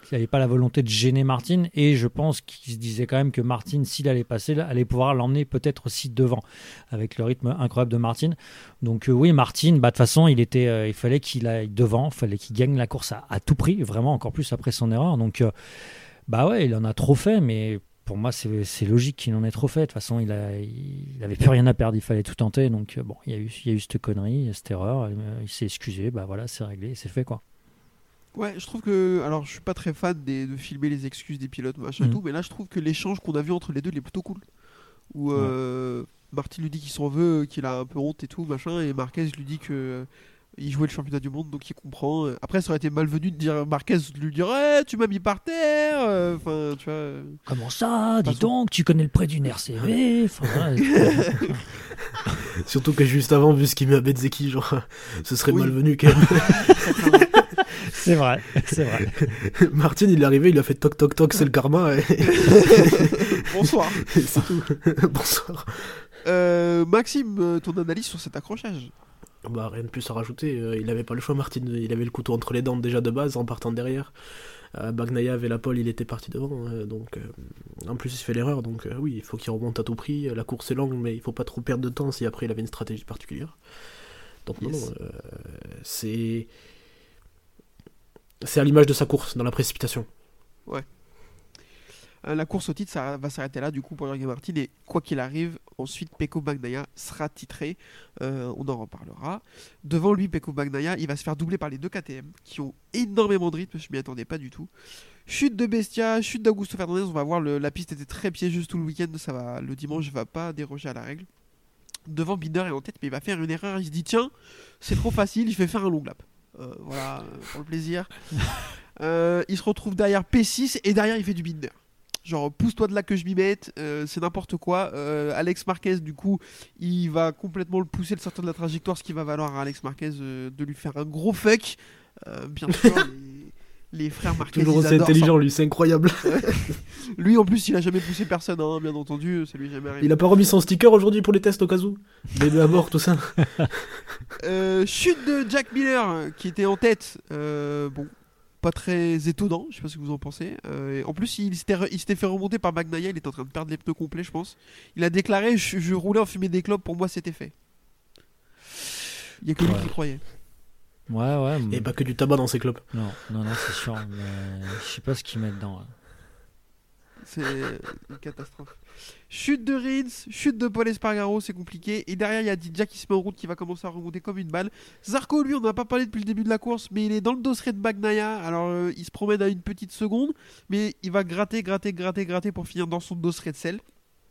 n'avait pas la volonté de gêner Martin, et je pense qu'il se disait quand même que Martin, s'il allait passer, là, allait pouvoir l'emmener peut-être aussi devant, avec le rythme incroyable de Martin. Donc euh, oui, Martin, bah, de toute façon, il, était, euh, il fallait qu'il aille devant, il fallait qu'il gagne la course à, à tout prix, vraiment encore plus après son erreur. Donc euh, bah ouais, il en a trop fait, mais pour moi, c'est, c'est logique qu'il en ait trop fait. De toute façon, il n'avait plus rien à perdre, il fallait tout tenter. Donc bon, il y a eu, il y a eu cette connerie, cette erreur, il s'est excusé, bah voilà, c'est réglé, c'est fait quoi. Ouais, je trouve que. Alors, je suis pas très fan des, de filmer les excuses des pilotes, machin et Mm. tout, mais là, je trouve que l'échange qu'on a vu entre les deux, il est plutôt cool. Où euh, Martin lui dit qu'il s'en veut, qu'il a un peu honte et tout, machin, et Marquez lui dit que. euh, Il jouait le championnat du monde, donc il comprend. Après, ça aurait été malvenu de dire Marquez, de lui dire hey, tu m'as mis par terre. Enfin, euh, tu vois. Comment ça, dis façon... donc, tu connais le prix d'une R C V. Enfin, voilà. Surtout que juste avant, vu ce qu'il met à Bezzeki, genre, ce serait oui. malvenu quand même. C'est vrai, c'est vrai. Martin, il est arrivé, il a fait toc toc toc, c'est le karma. Et... Bonsoir. C'est tout. Bonsoir. Euh, Maxime, ton analyse sur cet accrochage? Bah, rien de plus à rajouter. Euh, il avait pas le choix, Martin. Il avait le couteau entre les dents déjà de base en partant derrière. Euh, Bagnaia avait la pole, il était parti devant. Euh, donc, euh, en plus, il se fait l'erreur. Donc, euh, oui, il faut qu'il remonte à tout prix. La course est longue, mais il faut pas trop perdre de temps si après il avait une stratégie particulière. Donc, yes. non, non. Euh, c'est. C'est à l'image de sa course, dans la précipitation. Ouais. Euh, la course au titre, ça va s'arrêter là, du coup, pour Jorge Martin. Et quoi qu'il arrive, ensuite, Pecco Bagnaia sera titré. Euh, on en reparlera. Devant lui, Pecco Bagnaia, il va se faire doubler par les deux K T M, qui ont énormément de rythme. Je m'y attendais pas du tout. Chute de Bestia, chute d'Augusto Fernandez. On va voir, le, la piste était très piégeuse tout le week-end. Ça va, le dimanche, va pas déroger à la règle. Devant, Binder est en tête, mais il va faire une erreur. Il se dit, tiens, c'est trop facile, je vais faire un long lap. Euh, voilà, pour le plaisir. euh, il se retrouve derrière P six et derrière il fait du Binder. Genre pousse-toi de là que je m'y mette, euh, c'est n'importe quoi. Euh, Alex Marquez du coup il va complètement le pousser de sortir de la trajectoire, ce qui va valoir à Alex Marquez euh, de lui faire un gros fuck. Euh, bien sûr les, les frères Marquez toujours aussi intelligent ça. Lui, c'est incroyable. Lui en plus il a jamais poussé personne, hein, bien entendu, ça lui est jamais arrivé. Il a pas remis son sticker aujourd'hui pour les tests au cas où. Les deux à bord, tout ça. euh, chute de Jack Miller qui était en tête. Euh, bon. Pas très étonnant, je sais pas ce que vous en pensez. Euh, en plus, il s'était, re- il s'était fait remonter par Bagnaia, il était en train de perdre les pneus complets, je pense. Il a déclaré je, je roulais en fumée des clopes, pour moi c'était fait. Il y a que lui ouais. qui croyait. Ouais, ouais. Et pas que du tabac dans ses clopes. Non, non, non, c'est sûr. Mais je sais pas ce qu'ils mettent dedans. Ouais. C'est une catastrophe. Chute de Rins, chute de Paul Espargaro, c'est compliqué. Et derrière, il y a Didja qui se met en route, qui va commencer à remonter comme une balle. Zarco, lui, on n'a pas parlé depuis le début de la course, mais il est dans le dosseret de Bagnaia. Alors, euh, il se promène à une petite seconde, mais il va gratter, gratter, gratter, gratter pour finir dans son dosseret de sel.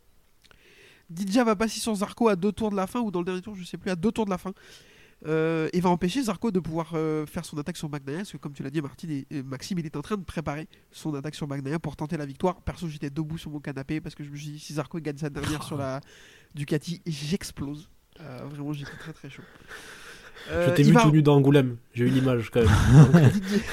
Didja va passer sur Zarco à deux tours de la fin, ou dans le dernier tour, je sais plus, à deux tours de la fin. Euh, et va empêcher Zarco de pouvoir euh, faire son attaque sur Bagnaia, parce que comme tu l'as dit Martin et, et Maxime, il est en train de préparer son attaque sur Bagnaia pour tenter la victoire. Perso, j'étais debout sur mon canapé parce que je me suis dit si Zarco gagne sa dernière sur la Ducati, j'explose. Euh, vraiment, j'étais très très chaud. Euh, je t'ai vu va... tout nu dans Angoulême, j'ai eu l'image quand même.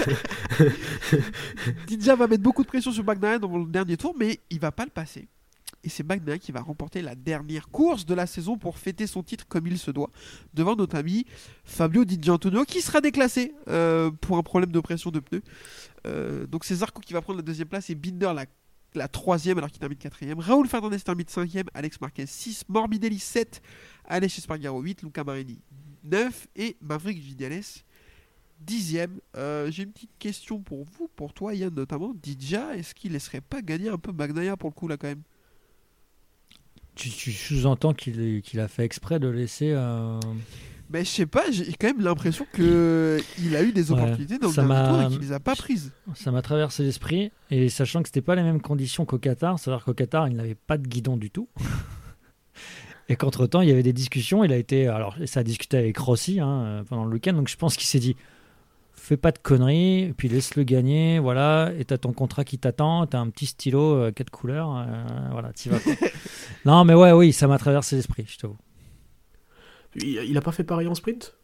Didja va mettre beaucoup de pression sur Bagnaia dans le dernier tour, mais il va pas le passer. Et c'est Bagnaia qui va remporter la dernière course de la saison pour fêter son titre comme il se doit, devant notre ami Fabio Di Gianantonio, qui sera déclassé euh, pour un problème de pression de pneus. Euh, donc c'est Zarco qui va prendre la deuxième place et Binder la, la troisième alors qu'il termine quatrième. Raoul Fernandez termine cinquième, Alex Marquez six, Morbidelli sept, Aleix Espargaro huit, Luca Marini neuf et Maverick Viñales dixième. Euh, j'ai une petite question pour vous, pour toi Yann notamment. Didja, est-ce qu'il laisserait pas gagner un peu Bagnaia pour le coup là quand même? Tu, tu sous-entends qu'il, qu'il a fait exprès de laisser... Euh... Mais je sais pas, j'ai quand même l'impression qu'il a eu des opportunités ouais, dans le dernier tour et qu'il les a pas prises. Ça m'a traversé l'esprit, et sachant que c'était pas les mêmes conditions qu'au Qatar, c'est-à-dire qu'au Qatar, il n'avait pas de guidon du tout. Et qu'entre-temps, il y avait des discussions, il a été... Alors, ça a discuté avec Rossi hein, pendant le week-end, donc je pense qu'il s'est dit... Fais pas de conneries, et puis laisse-le gagner, voilà, et t'as ton contrat qui t'attend, t'as un petit stylo, euh, quatre couleurs, euh, voilà, t'y vas. Non, mais ouais, oui, ça m'a traversé l'esprit, je t'avoue. Il, il a pas fait pareil en sprint?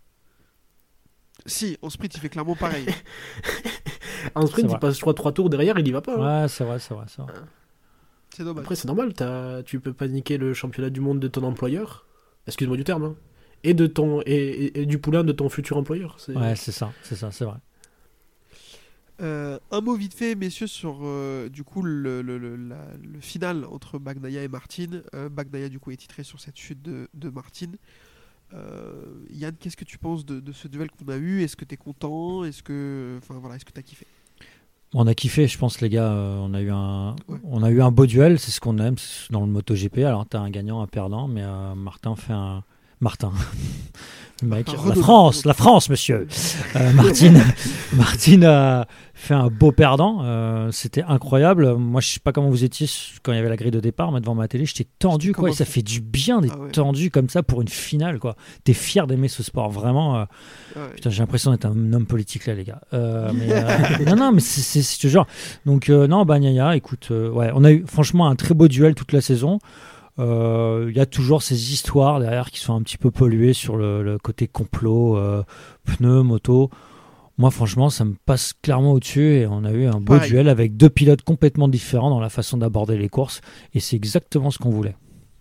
Si, en sprint, il fait clairement pareil. En sprint, il passe, je crois, trois tours derrière, il y va pas. Hein. Ouais, c'est vrai, c'est vrai, c'est vrai. C'est dommage. Après, c'est normal, t'as... tu peux paniquer le championnat du monde de ton employeur, excuse-moi du terme, hein. Et, de ton, et, et, et du poulain de ton futur employeur. C'est... Ouais, c'est ça, c'est ça, c'est vrai. Euh, un mot vite fait, messieurs, sur euh, du coup le, le, le, la, le final entre Bagnaia et Martin. Euh, Bagnaia du coup est titré sur cette chute de, de Martin. Euh, Yann, qu'est-ce que tu penses de, de ce duel qu'on a eu? Est-ce que tu es content? Est-ce que, enfin voilà, est-ce que tu as kiffé? On a kiffé, je pense, les gars. Euh, on a eu un, ouais. on a eu un beau duel. C'est ce qu'on aime dans le MotoGP. Alors, t'as un gagnant, un perdant, mais euh, Martin fait un. Martin. Le mec, Martin la France, la France, monsieur. Euh, Martine, Martine a fait un beau perdant. Euh, c'était incroyable. Moi, je sais pas comment vous étiez quand il y avait la grille de départ, mais devant ma télé, j'étais tendu, quoi. Et ça fait du bien d'être ah ouais. tendu comme ça pour une finale, quoi. T'es fier d'aimer ce sport, vraiment. Euh... Ouais. Putain, j'ai l'impression d'être un homme politique là, les gars. Euh, mais, euh... non, non, mais c'est, c'est, c'est ce genre. Donc, euh, non, Bagnaia, écoute, euh, ouais, on a eu franchement un très beau duel toute la saison. Il euh, y a toujours ces histoires derrière qui sont un petit peu polluées sur le, le côté complot, euh, pneus, moto. Moi, franchement, ça me passe clairement au-dessus et on a eu un beau Pareil. duel avec deux pilotes complètement différents dans la façon d'aborder les courses et c'est exactement ce qu'on voulait.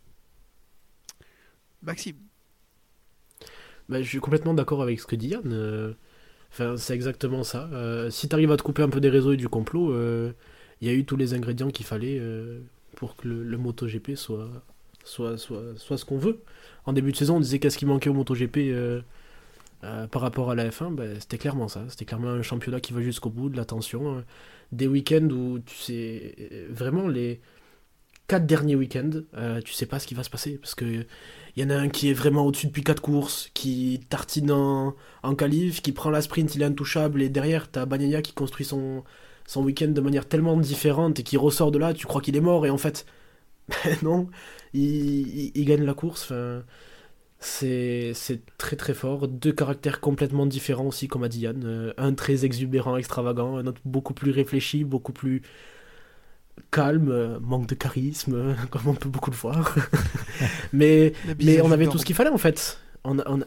Maxime. Bah, je suis complètement d'accord avec ce que dit Yann. Euh, enfin, c'est exactement ça. Euh, si tu arrives à te couper un peu des réseaux et du complot, il euh, y a eu tous les ingrédients qu'il fallait... Euh... pour que le, le MotoGP soit, soit, soit, soit ce qu'on veut. En début de saison, on disait qu'est-ce qui manquait au MotoGP euh, euh, par rapport à la F un, ben, c'était clairement ça. C'était clairement un championnat qui va jusqu'au bout, de la tension. Euh, des week-ends où, tu sais, vraiment les quatre derniers week-ends, euh, tu sais pas ce qui va se passer. Parce qu'il y en a un qui est vraiment au-dessus depuis quatre courses, qui tartine en, en qualif, qui prend la sprint, il est intouchable, et derrière, t'as Bagnaia qui construit son... son week-end de manière tellement différente et qui ressort de là, tu crois qu'il est mort et en fait, non, il, il, il gagne la course. Enfin, c'est, c'est très très fort. Deux caractères complètement différents aussi, comme a dit Yann. Euh, un très exubérant, extravagant, un autre beaucoup plus réfléchi, beaucoup plus calme, euh, manque de charisme, euh, comme on peut beaucoup le voir. mais, mais on avait tout ce qu'il fallait en fait. On a, on a...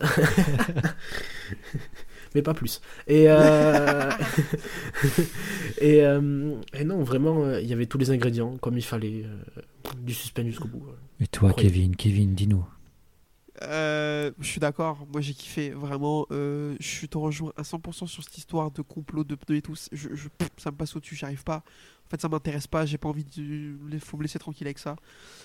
mais pas plus. Et, euh... et, euh... et non, vraiment, il euh, y avait tous les ingrédients, comme il fallait, euh, du suspense jusqu'au bout. Et toi, Incroyable. Kevin, Kevin, dis-nous. Euh, je suis d'accord, moi j'ai kiffé, vraiment, euh, je suis te rejoint à cent pour cent sur cette histoire de complot, de pneus et tout, je, je, ça me passe au-dessus, j'y arrive pas, en fait ça m'intéresse pas, j'ai pas envie de... Il faut me laisser tranquille avec ça.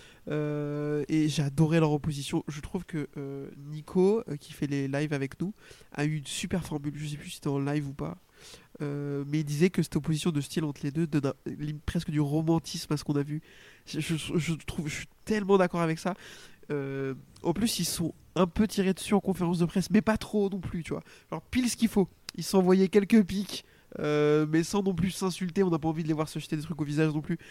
Euh, et j'ai adoré leur opposition. Je trouve que euh, Nico, euh, qui fait les lives avec nous, a eu une super formule. Je sais plus si c'était en live ou pas, euh, mais il disait que cette opposition de style entre les deux donne un, presque du romantisme à ce qu'on a vu. Je, je, je trouve, je suis tellement d'accord avec ça. Euh, en plus, ils sont un peu tirés dessus en conférence de presse, mais pas trop non plus, tu vois. Alors pile ce qu'il faut. Ils s'envoyaient quelques pics, euh, mais sans non plus s'insulter. On n'a pas envie de les voir se jeter des trucs au visage non plus.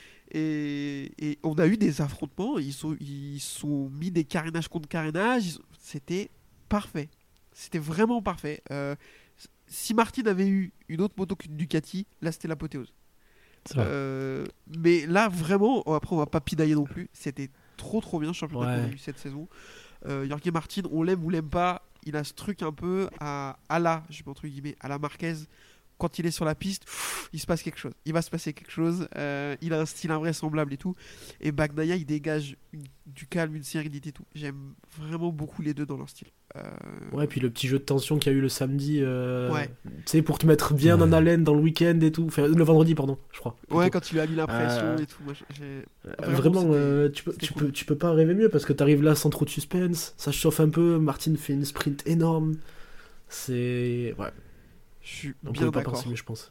Et, et on a eu des affrontements, ils sont, ils sont mis des carénages contre carénages, ils, c'était parfait, c'était vraiment parfait. Euh, si Martin avait eu une autre moto qu'une Ducati, là c'était l'apothéose. Euh, mais là vraiment, après on va pas pinailler non plus, c'était trop trop bien le championnat ouais. qu'on a eu cette saison. Euh, Jorge Martin, on l'aime ou l'aime pas, il a ce truc un peu à, à la, je mets entre guillemets, à la Marquez. Quand il est sur la piste, pff, il se passe quelque chose. Il va se passer quelque chose. Euh, il a un style invraisemblable et tout. Et Bagnaia, il dégage une, du calme, une sérénité et tout. J'aime vraiment beaucoup les deux dans leur style. Euh... Ouais, et puis le petit jeu de tension qu'il y a eu le samedi. Euh, ouais. Tu sais, pour te mettre bien ouais. en haleine dans le week-end et tout. Enfin, le vendredi, pardon, je crois. Plutôt. Ouais, quand il lui a mis la pression euh... et tout. Moi, j'ai... Vraiment, vraiment euh, tu, peux, tu, cool. peux, tu peux pas rêver mieux parce que t'arrives là sans trop de suspense. Ça chauffe un peu. Martin fait une sprint énorme. C'est. Ouais. Je suis On bien pas d'accord. Penser, mais je pense.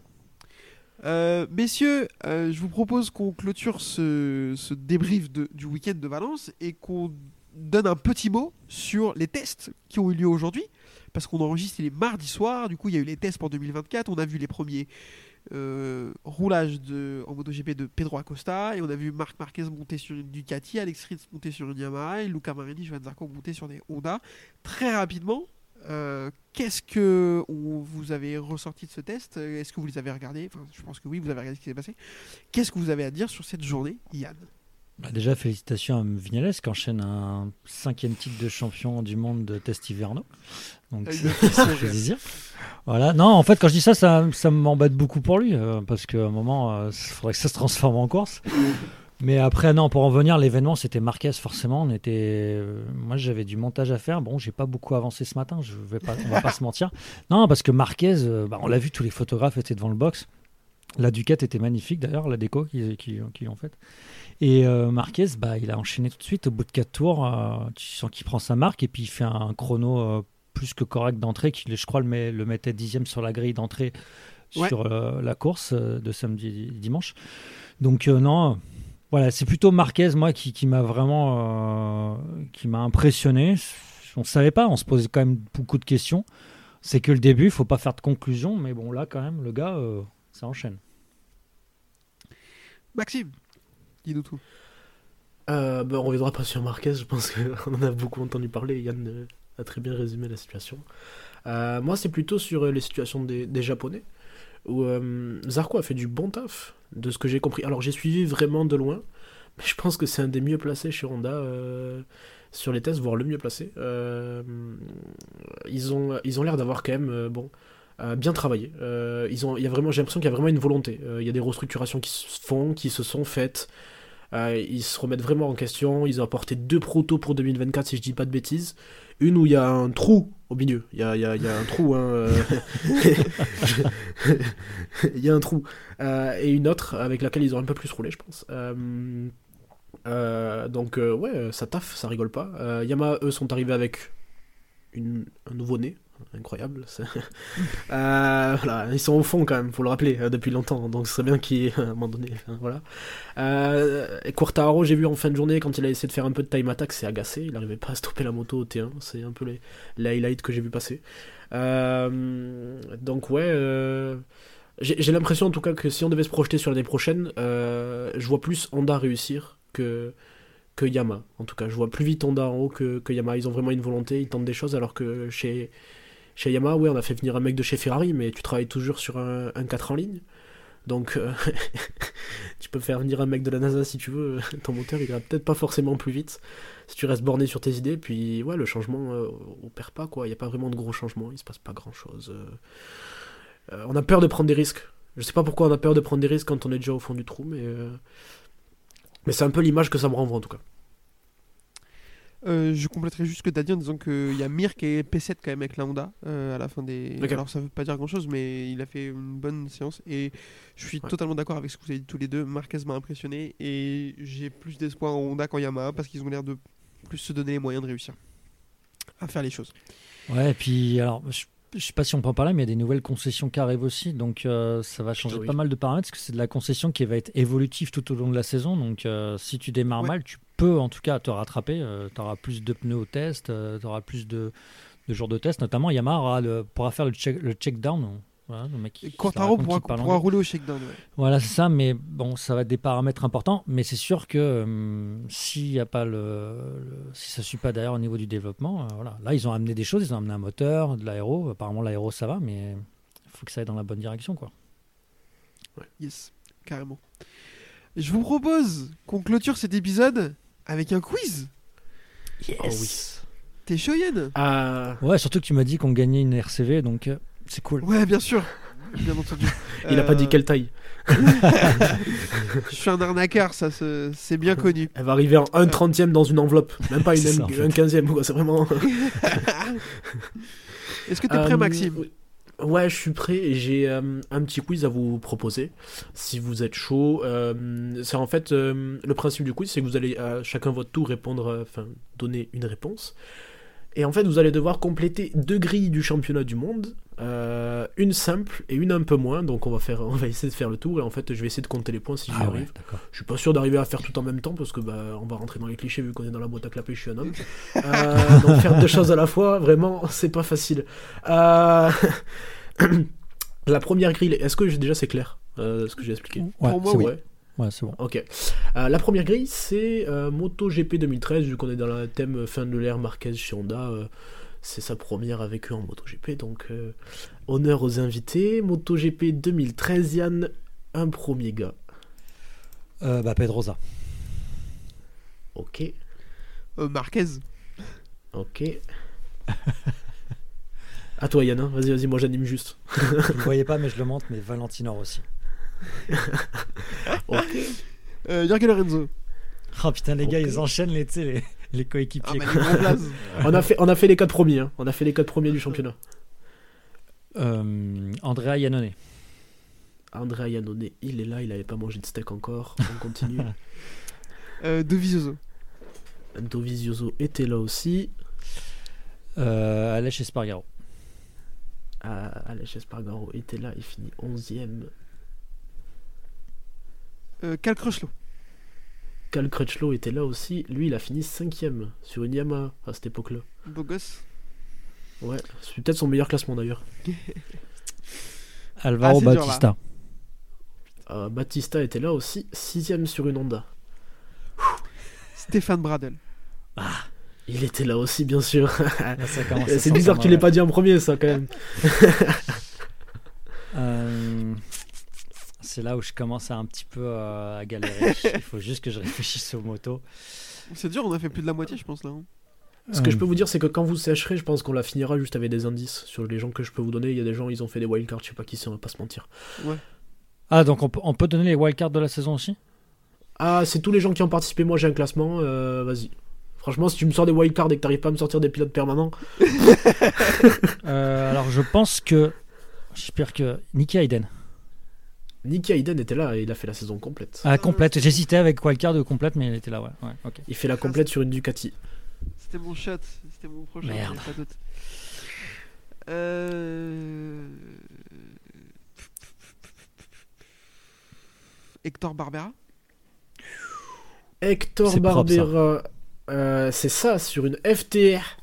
Euh, messieurs, euh, je vous propose qu'on clôture ce, ce débrief de, du week-end de Valence et qu'on donne un petit mot sur les tests qui ont eu lieu aujourd'hui. Parce qu'on enregistre les mardis soirs, du coup il y a eu les tests pour deux mille vingt-quatre, on a vu les premiers euh, roulages de, en MotoGP de Pedro Acosta et on a vu Marc Marquez monter sur une Ducati, Alex Rins monter sur une Yamaha et Luca Marini, Johan Zarco monter sur des Honda. Très rapidement, Euh, qu'est-ce que on, vous avez ressorti de ce test? Est-ce que vous les avez regardés? Enfin, je pense que oui, vous avez regardé ce qui s'est passé. Qu'est-ce que vous avez à dire sur cette journée, Yann? Bah déjà, félicitations à Viñales qui enchaîne un cinquième titre de champion du monde de test hivernaux. Donc, c'est ça que je veux dire. Voilà. Non, en fait, quand je dis ça, ça, ça m'embête beaucoup pour lui euh, parce qu'à un moment, il euh, faudrait que ça se transforme en course. Mais après, non, pour en venir, l'événement, c'était Marquez, forcément. On était... Moi, j'avais du montage à faire. Bon, j'ai pas beaucoup avancé ce matin, je vais pas... on va pas se mentir. Non, parce que Marquez, euh, bah, on l'a vu, tous les photographes étaient devant le box. La Ducati était magnifique, d'ailleurs, la déco qu'ils qui, qui l'ont faite. Et euh, Marquez, bah, il a enchaîné tout de suite. Au bout de quatre tours, euh, tu sens qu'il prend sa marque et puis il fait un chrono euh, plus que correct d'entrée, qui, je crois, le, met, le mettait dixième sur la grille d'entrée Ouais. sur euh, la course euh, de samedi dimanche. Donc, euh, non... Voilà, c'est plutôt Marquez, moi, qui, qui m'a vraiment euh, qui m'a impressionné. On ne savait pas, on se posait quand même beaucoup de questions. C'est que le début, il ne faut pas faire de conclusion, mais bon, là, quand même, le gars, euh, ça enchaîne. Maxime, dis-nous tout. Euh, bah, on reviendra pas sur Marquez, je pense qu'on en a beaucoup entendu parler. Yann euh, a très bien résumé la situation. Euh, moi, c'est plutôt sur euh, les situations des, des Japonais, où euh, Zarco a fait du bon taf, de ce que j'ai compris. Alors, j'ai suivi vraiment de loin, mais je pense que c'est un des mieux placés chez Honda euh, sur les tests, voire le mieux placé. Euh, ils ont, ils ont l'air d'avoir quand même euh, bon, euh, bien travaillé. Euh, ils ont, il y a vraiment, j'ai l'impression qu'il y a vraiment une volonté. Euh, il y a des restructurations qui se font, qui se sont faites. Euh, ils se remettent vraiment en question. Ils ont apporté deux protos pour deux mille vingt-quatre, si je dis pas de bêtises. Une où il y a un trou au milieu. Il y a, il y a, il y a un trou. Hein, euh... il y a un trou. Euh, et une autre avec laquelle ils ont un peu plus roulé, je pense. Euh... Euh, donc, euh, ouais, ça taffe, ça rigole pas. Euh, Yamaha, eux, sont arrivés avec une... un nouveau-né. Incroyable. euh, voilà, ils sont au fond quand même, faut le rappeler, euh, depuis longtemps. Donc ce serait bien qu'il à un moment donné. Enfin, voilà. Euh, et Quartararo, j'ai vu en fin de journée quand il a essayé de faire un peu de time attack, c'est agacé. Il n'arrivait pas à stopper la moto au T un. C'est un peu les, les highlights que j'ai vu passer. Euh, donc ouais, euh, j'ai, j'ai l'impression en tout cas que si on devait se projeter sur l'année prochaine, euh, je vois plus Honda réussir que que Yamaha. En tout cas, je vois plus vite Honda en haut que, que Yamaha. Ils ont vraiment une volonté, ils tentent des choses, alors que chez Chez Yamaha, ouais, on a fait venir un mec de chez Ferrari, mais tu travailles toujours sur un, un quatre en ligne. Donc, euh, tu peux faire venir un mec de la NASA si tu veux. Ton moteur, il ira peut-être pas forcément plus vite si tu restes borné sur tes idées. Puis, ouais, le changement, euh, on perd pas, quoi. Il n'y a pas vraiment de gros changements, il se passe pas grand-chose. Euh, euh, on a peur de prendre des risques. Je sais pas pourquoi on a peur de prendre des risques quand on est déjà au fond du trou, mais, euh, mais c'est un peu l'image que ça me renvoie, en tout cas. Euh, je compléterai juste ce que tu as dit en disant qu'il y a Mir qui est P sept quand même avec la Honda euh, à la fin des... Okay. Alors ça veut pas dire grand chose, mais il a fait une bonne séance et je suis ouais. totalement d'accord avec ce que vous avez dit tous les deux. Marquez m'a impressionné et j'ai plus d'espoir en Honda qu'en Yamaha parce qu'ils ont l'air de plus se donner les moyens de réussir à faire les choses. Ouais, et puis alors je, je sais pas si on peut en parler, mais il y a des nouvelles concessions qui arrivent aussi, donc euh, ça va changer oui. pas mal de paramètres parce que c'est de la concession qui va être évolutive tout au long de la saison. Donc euh, si tu démarres ouais. mal, tu peux en tout cas te rattraper. Euh, tu auras plus de pneus au test, euh, tu auras plus de, de jours de test. Notamment, Yamaha aura le, pourra faire le check, le check down. Voilà, le mec, Quartararo pourra, pourra rouler au check-down. Ouais. Voilà, c'est ça, mais bon, ça va être des paramètres importants. Mais c'est sûr que euh, s'il y a pas le, le, si ça ne suit pas derrière au niveau du développement, euh, voilà. Là, ils ont amené des choses, ils ont amené un moteur, de l'aéro. Apparemment, l'aéro, ça va, mais il faut que ça aille dans la bonne direction, quoi. Ouais. Yes, carrément. Je vous propose qu'on clôture cet épisode avec un quiz. Yes. Oh oui. T'es chaud, Yann ? euh... Ouais, surtout que tu m'as dit qu'on gagnait une R C V, donc euh, c'est cool. Ouais, bien sûr. Bien entendu. Il euh... a pas dit quelle taille. Je suis un arnaqueur, ça c'est, c'est bien connu. Elle va arriver en un trentième dans une enveloppe, même pas une c'est un, ça, un quinzième, quoi. C'est vraiment. Est-ce que t'es prêt, euh, Maxime ? Ouais, je suis prêt et j'ai euh, un petit quiz à vous proposer. Si vous êtes chaud, euh, c'est en fait euh, le principe du quiz, c'est que vous allez à chacun votre tour répondre, enfin euh, donner une réponse. Et en fait, vous allez devoir compléter deux grilles du championnat du monde, euh, une simple et une un peu moins. Donc on va faire, on va essayer de faire le tour et en fait, je vais essayer de compter les points si j'y ah arrive. Ouais, je suis pas sûr d'arriver à faire tout en même temps parce que bah, on va rentrer dans les clichés vu qu'on est dans la boîte à clapper. Je suis un homme. Euh, donc faire deux choses à la fois, vraiment, c'est pas facile. Euh... La première grille, est-ce que déjà c'est clair euh, ce que j'ai expliqué ? Ouais, Pour moi, c'est oui. Bon. Ouais, c'est bon. Ok. Euh, la première grille, c'est euh, MotoGP deux mille treize, vu qu'on est dans le thème fin de l'ère Marquez chez Honda. Euh, c'est sa première avec eux en MotoGP, donc euh, honneur aux invités. MotoGP deux mille treize, Yann, un premier gars. Euh, bah, Pedrosa. Ok. Euh, Marquez. Ok. À toi, Yann, hein. vas-y, vas-y, moi j'anime juste. Vous ne voyez pas, mais je le montre, mais Valentino aussi. Ok. Euh, Jorge Lorenzo. Oh putain, les gars, Ok. ils enchaînent les, tu sais, les, les Ah, coéquipiers. bah, quoi. les gros blazes. On a fait, on a fait les quatre premiers. Hein. On a fait les quatre premiers du championnat. Euh, Andrea Iannone. Andrea Iannone, il est là, il avait pas mangé de steak encore. On continue. Euh, Dovizioso. Dovizioso était là aussi. Euh, Aleix Espargaro. Ah, Aleix Espargaro était là, il finit onzième. Euh, Cal Crutchlow. Cal Crutchlow était là aussi. Lui, il a fini cinquième sur une Yamaha à cette époque-là. Beau gosse. Ouais, c'est peut-être son meilleur classement d'ailleurs. Alvaro Ah, c'est dur, Bautista. Euh, Battista était là aussi, sixième sur une Honda. Stéphane Bradel. Il était là aussi, bien sûr. Là, ça commence à C'est bizarre que tu l'aies pas dit en premier, ça, quand même. Euh, c'est là où je commence à un petit peu euh, à galérer. Il faut juste que je réfléchisse aux motos. C'est dur, on a fait plus de la moitié, je pense, là. hein. Ce que je peux vous dire, c'est que quand vous sécherez, je pense qu'on la finira juste avec des indices sur les gens que je peux vous donner. Il y a des gens, ils ont fait des wildcards, je sais pas qui c'est, on va pas se mentir. Ah, donc on peut, on peut donner les wildcards de la saison aussi. Ah, c'est tous les gens qui ont participé. Moi, j'ai un classement. euh, Vas-y. Franchement, si tu me sors des wildcards et que t'arrives pas à me sortir des pilotes permanents, Euh, alors je pense que. J'espère que. Nicky Hayden. Nicky Hayden était là et il a fait la saison complète. Ah, complète. J'hésitais avec wildcard ou complète, mais il était là, ouais. ouais ok. Il fait la complète sur une Ducati. C'était mon shot. C'était mon prochain. Merde. j'avais pas d'autre. Euh... Hector Barbera. Hector C'est propre, ça. Barbera, euh, c'est ça, sur une F T R.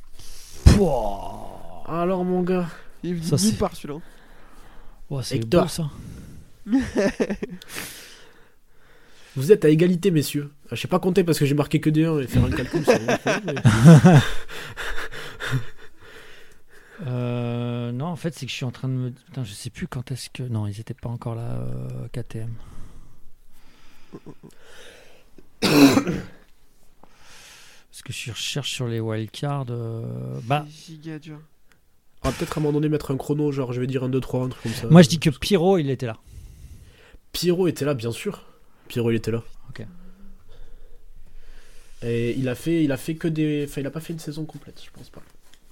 Alors, mon gars, Il me dit Ça, nulle c'est- part celui-là. Oh, c'est Hector. beau ça. vous êtes à égalité, messieurs. Je sais pas compter parce que j'ai marqué que des un et faire un calcul, c'est vraiment fou, mais- Euh, non, en fait, c'est que je suis en train de me. Putain, je sais plus quand est-ce que. Non, ils étaient pas encore là, euh, K T M. Parce que je recherche sur les wildcards. Euh... Bah, C'est giga dur. On va peut-être à un moment donné mettre un chrono, genre je vais dire un, deux, trois, un truc comme ça. moi je dis que Pyro, il était là. Pierrot était là, bien sûr. Pierrot, il était là. Ok. Et il a fait, il a fait que des. Enfin, il a pas fait une saison complète, je pense pas.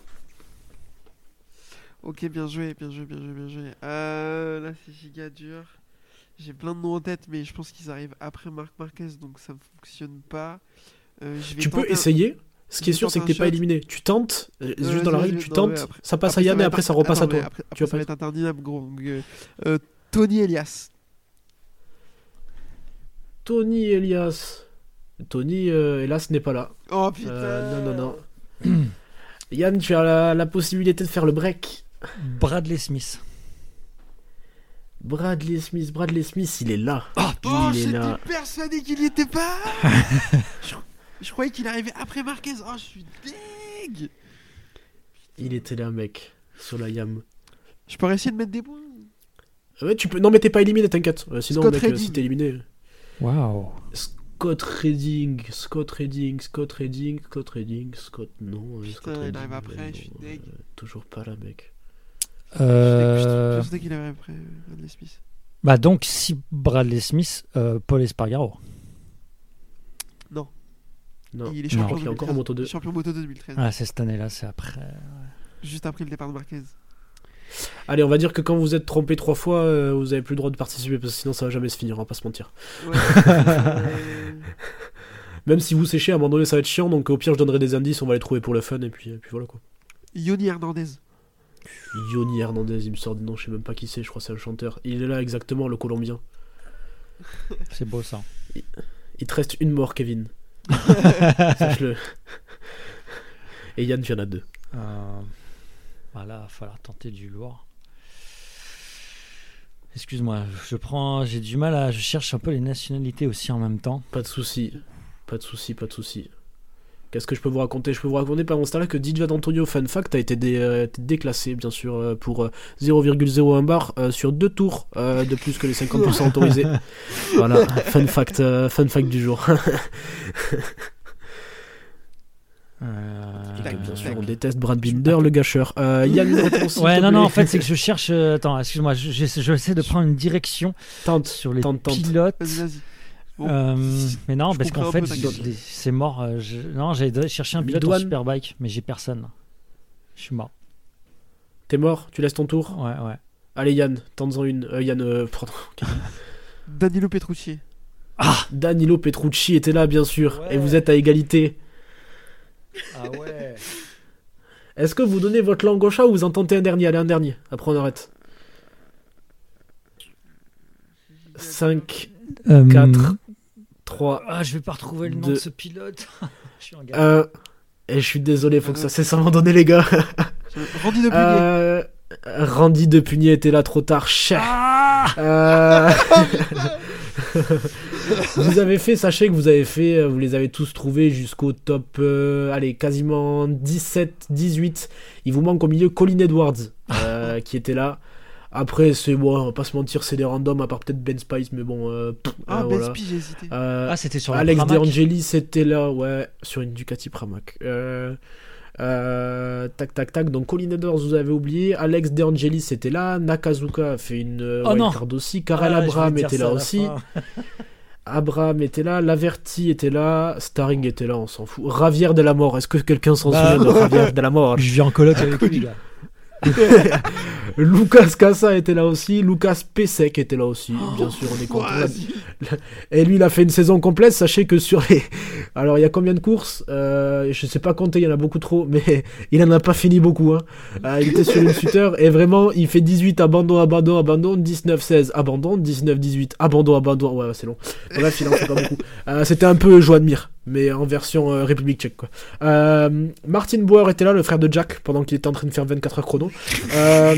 Ok, bien joué, bien joué, bien joué, bien joué. Euh, là, c'est giga dur. J'ai plein de noms en tête, mais je pense qu'ils arrivent après Marc Marquez, donc ça ne fonctionne pas. Euh, je vais Tu peux tenter un- essayer. Ce je qui est vais sûr, c'est que tenter t'es un pas shot. éliminé. Tu tentes, euh, Euh, juste dans la vas-y, règle, vas-y, tu non, tentes, mais après- ça passe après, à Yann va et être- après ça repasse attends, à toi. mais Après, Tu après, vas ça va pas- être interminable, gros. Donc, euh, euh, Tony Elias. Tony Elias. Tony, euh, hélas, n'est pas là. Oh putain. Euh, non, non, non. Yann, tu as la, la possibilité de faire le break. Bradley Smith. Bradley Smith, Bradley Smith, il est là. Oh, il est j'étais là. persuadé qu'il y était pas. je, je croyais qu'il arrivait après Marquez. Oh, je suis deg. Il était là, mec, sur la Yam. Je pourrais essayer de mettre des points. Ouais, tu peux. Non, mais t'es pas éliminé, t'inquiète. Euh, sinon, Scott mec, euh, Redding. si t'es éliminé. Waouh. Scott Redding, Scott Redding, Scott Redding, Scott Redding, Scott. Non, euh, Putain, Scott il Redding, arrive après, euh, je suis non, deg. euh, toujours pas là, mec. Je Euh... suis persuadé qu'il arrive après euh, Bradley Smith. Bah donc si Bradley Smith, euh, Paul Espargaro. Non. Il est je champion crois qu'il est encore en moto deux. Champion moto deux deux mille treize. Ah c'est cette année-là, c'est après. Juste après le départ de Marquez. Allez, on va dire que quand vous êtes trompé trois fois, euh, vous avez plus le droit de participer parce que sinon ça va jamais se finir, on va pas se mentir. Ouais. euh, Même si vous séchez, à un moment donné ça va être chiant, donc au pire je donnerai des indices, on va les trouver pour le fun et puis, et puis voilà quoi. Yoni Hernandez. Yoni Hernandez, il me sort de nom, je sais même pas qui c'est, je crois que c'est un chanteur. Il est là exactement, le Colombien. C'est beau ça. Il te reste une mort, Kevin. Sache-le. Et Yann, tu en as deux. Euh... Voilà, il va falloir tenter du lourd. Excuse-moi, je prends, j'ai du mal à, je cherche un peu les nationalités aussi en même temps. Pas de soucis, pas de soucis, pas de soucis. Qu'est-ce que je peux vous raconter? Je peux vous raconter par mon style que Di Gianantonio, fun fact, a été dé- euh, déclassé, bien sûr, euh, pour euh, zéro virgule zéro un bar euh, sur deux tours euh, de plus que les cinquante pour cent autorisés. Voilà, fun fact, euh, fun fact du jour. Euh... Et que, bien sûr, on déteste Brad Binder, le gâcheur. Euh, Yann, une réponse, s'il Ouais, te non, plaît. non, en fait, c'est que je cherche. euh, Attends, excuse-moi, je- j'essaie je essaie de prendre une direction Tente, sur les tente, tente. pilotes. Vas-y, vas-y. Bon, Euh, mais non, je parce qu'en comprends fait, un peu ta j'ai- question. des- c'est mort. euh, je- Non, j'allais chercher un pilote en Douane. Superbike, mais j'ai personne. Je suis mort. T'es mort, tu laisses ton tour. Ouais, ouais. Allez Yann, tente-en une. Euh, Yann, euh, pardon. Danilo Petrucci. Danilo Petrucci était là, bien sûr. Ouais. Et vous êtes à égalité. Ah ouais. Est-ce que vous donnez votre langue au chat ou vous en tentez un dernier? Allez, un dernier. Après, on arrête. cinq, quatre, trois, Ah, je vais pas retrouver le nom deux. de ce pilote. Je suis en galère. un. Et je suis désolé, faut que ça cesse à un moment donné, les gars. Randy de Pugnier. Euh, Randy de Pugnier était là trop tard. Cher. Euh, vous avez fait, sachez que vous avez fait, euh, vous les avez tous trouvés jusqu'au top, euh, allez, quasiment dix-sept, dix-huit. Il vous manque au milieu Colin Edwards, euh, qui était là. Après, c'est bon, on va pas se mentir, c'est des randoms, à part peut-être Ben Spice, mais bon. Euh, pff, Ah, euh, Ben voilà. Spi, j'ai hésité. Euh, Ah, c'était sur la Alex Pramac. De Angelis était là, ouais, sur une Ducati Pramac. Euh, euh, tac, tac, tac. Donc, Colin Edwards, vous avez oublié. Alex De Angelis était là. Nakazuka a fait une euh, Oh non. wildcard aussi. Karel Ah, je Abraham vais dire était ça là à la aussi. fin. Abraham était là. Laverty était là. Starring était là, on s'en fout. Ravière de la mort. Est-ce que quelqu'un s'en Bah, souvient de Ravière de la mort? Je vis en coloc avec lui, gars. Lucas Cassa était là aussi. Lucas Pesek était là aussi. Bien sûr, on est content. Ouais, Et lui, il a fait une saison complète. Sachez que sur les. Alors, il y a combien de courses? euh, Je sais pas compter, il y en a beaucoup trop. Mais il en a pas fini beaucoup. Hein. Euh, il était sur une shooter. Et vraiment, il fait dix-huit abandon, abandon, abandon. dix-neuf seize, abandon. dix-neuf dix-huit, abandon, abandon. Ouais, c'est long. Bref, il en fait pas beaucoup. Euh, C'était un peu Joan Mir. Mais en version euh, République tchèque, quoi. Euh, Martin Bauer était là, le frère de Jack, pendant qu'il était en train de faire vingt-quatre heures chrono. Euh...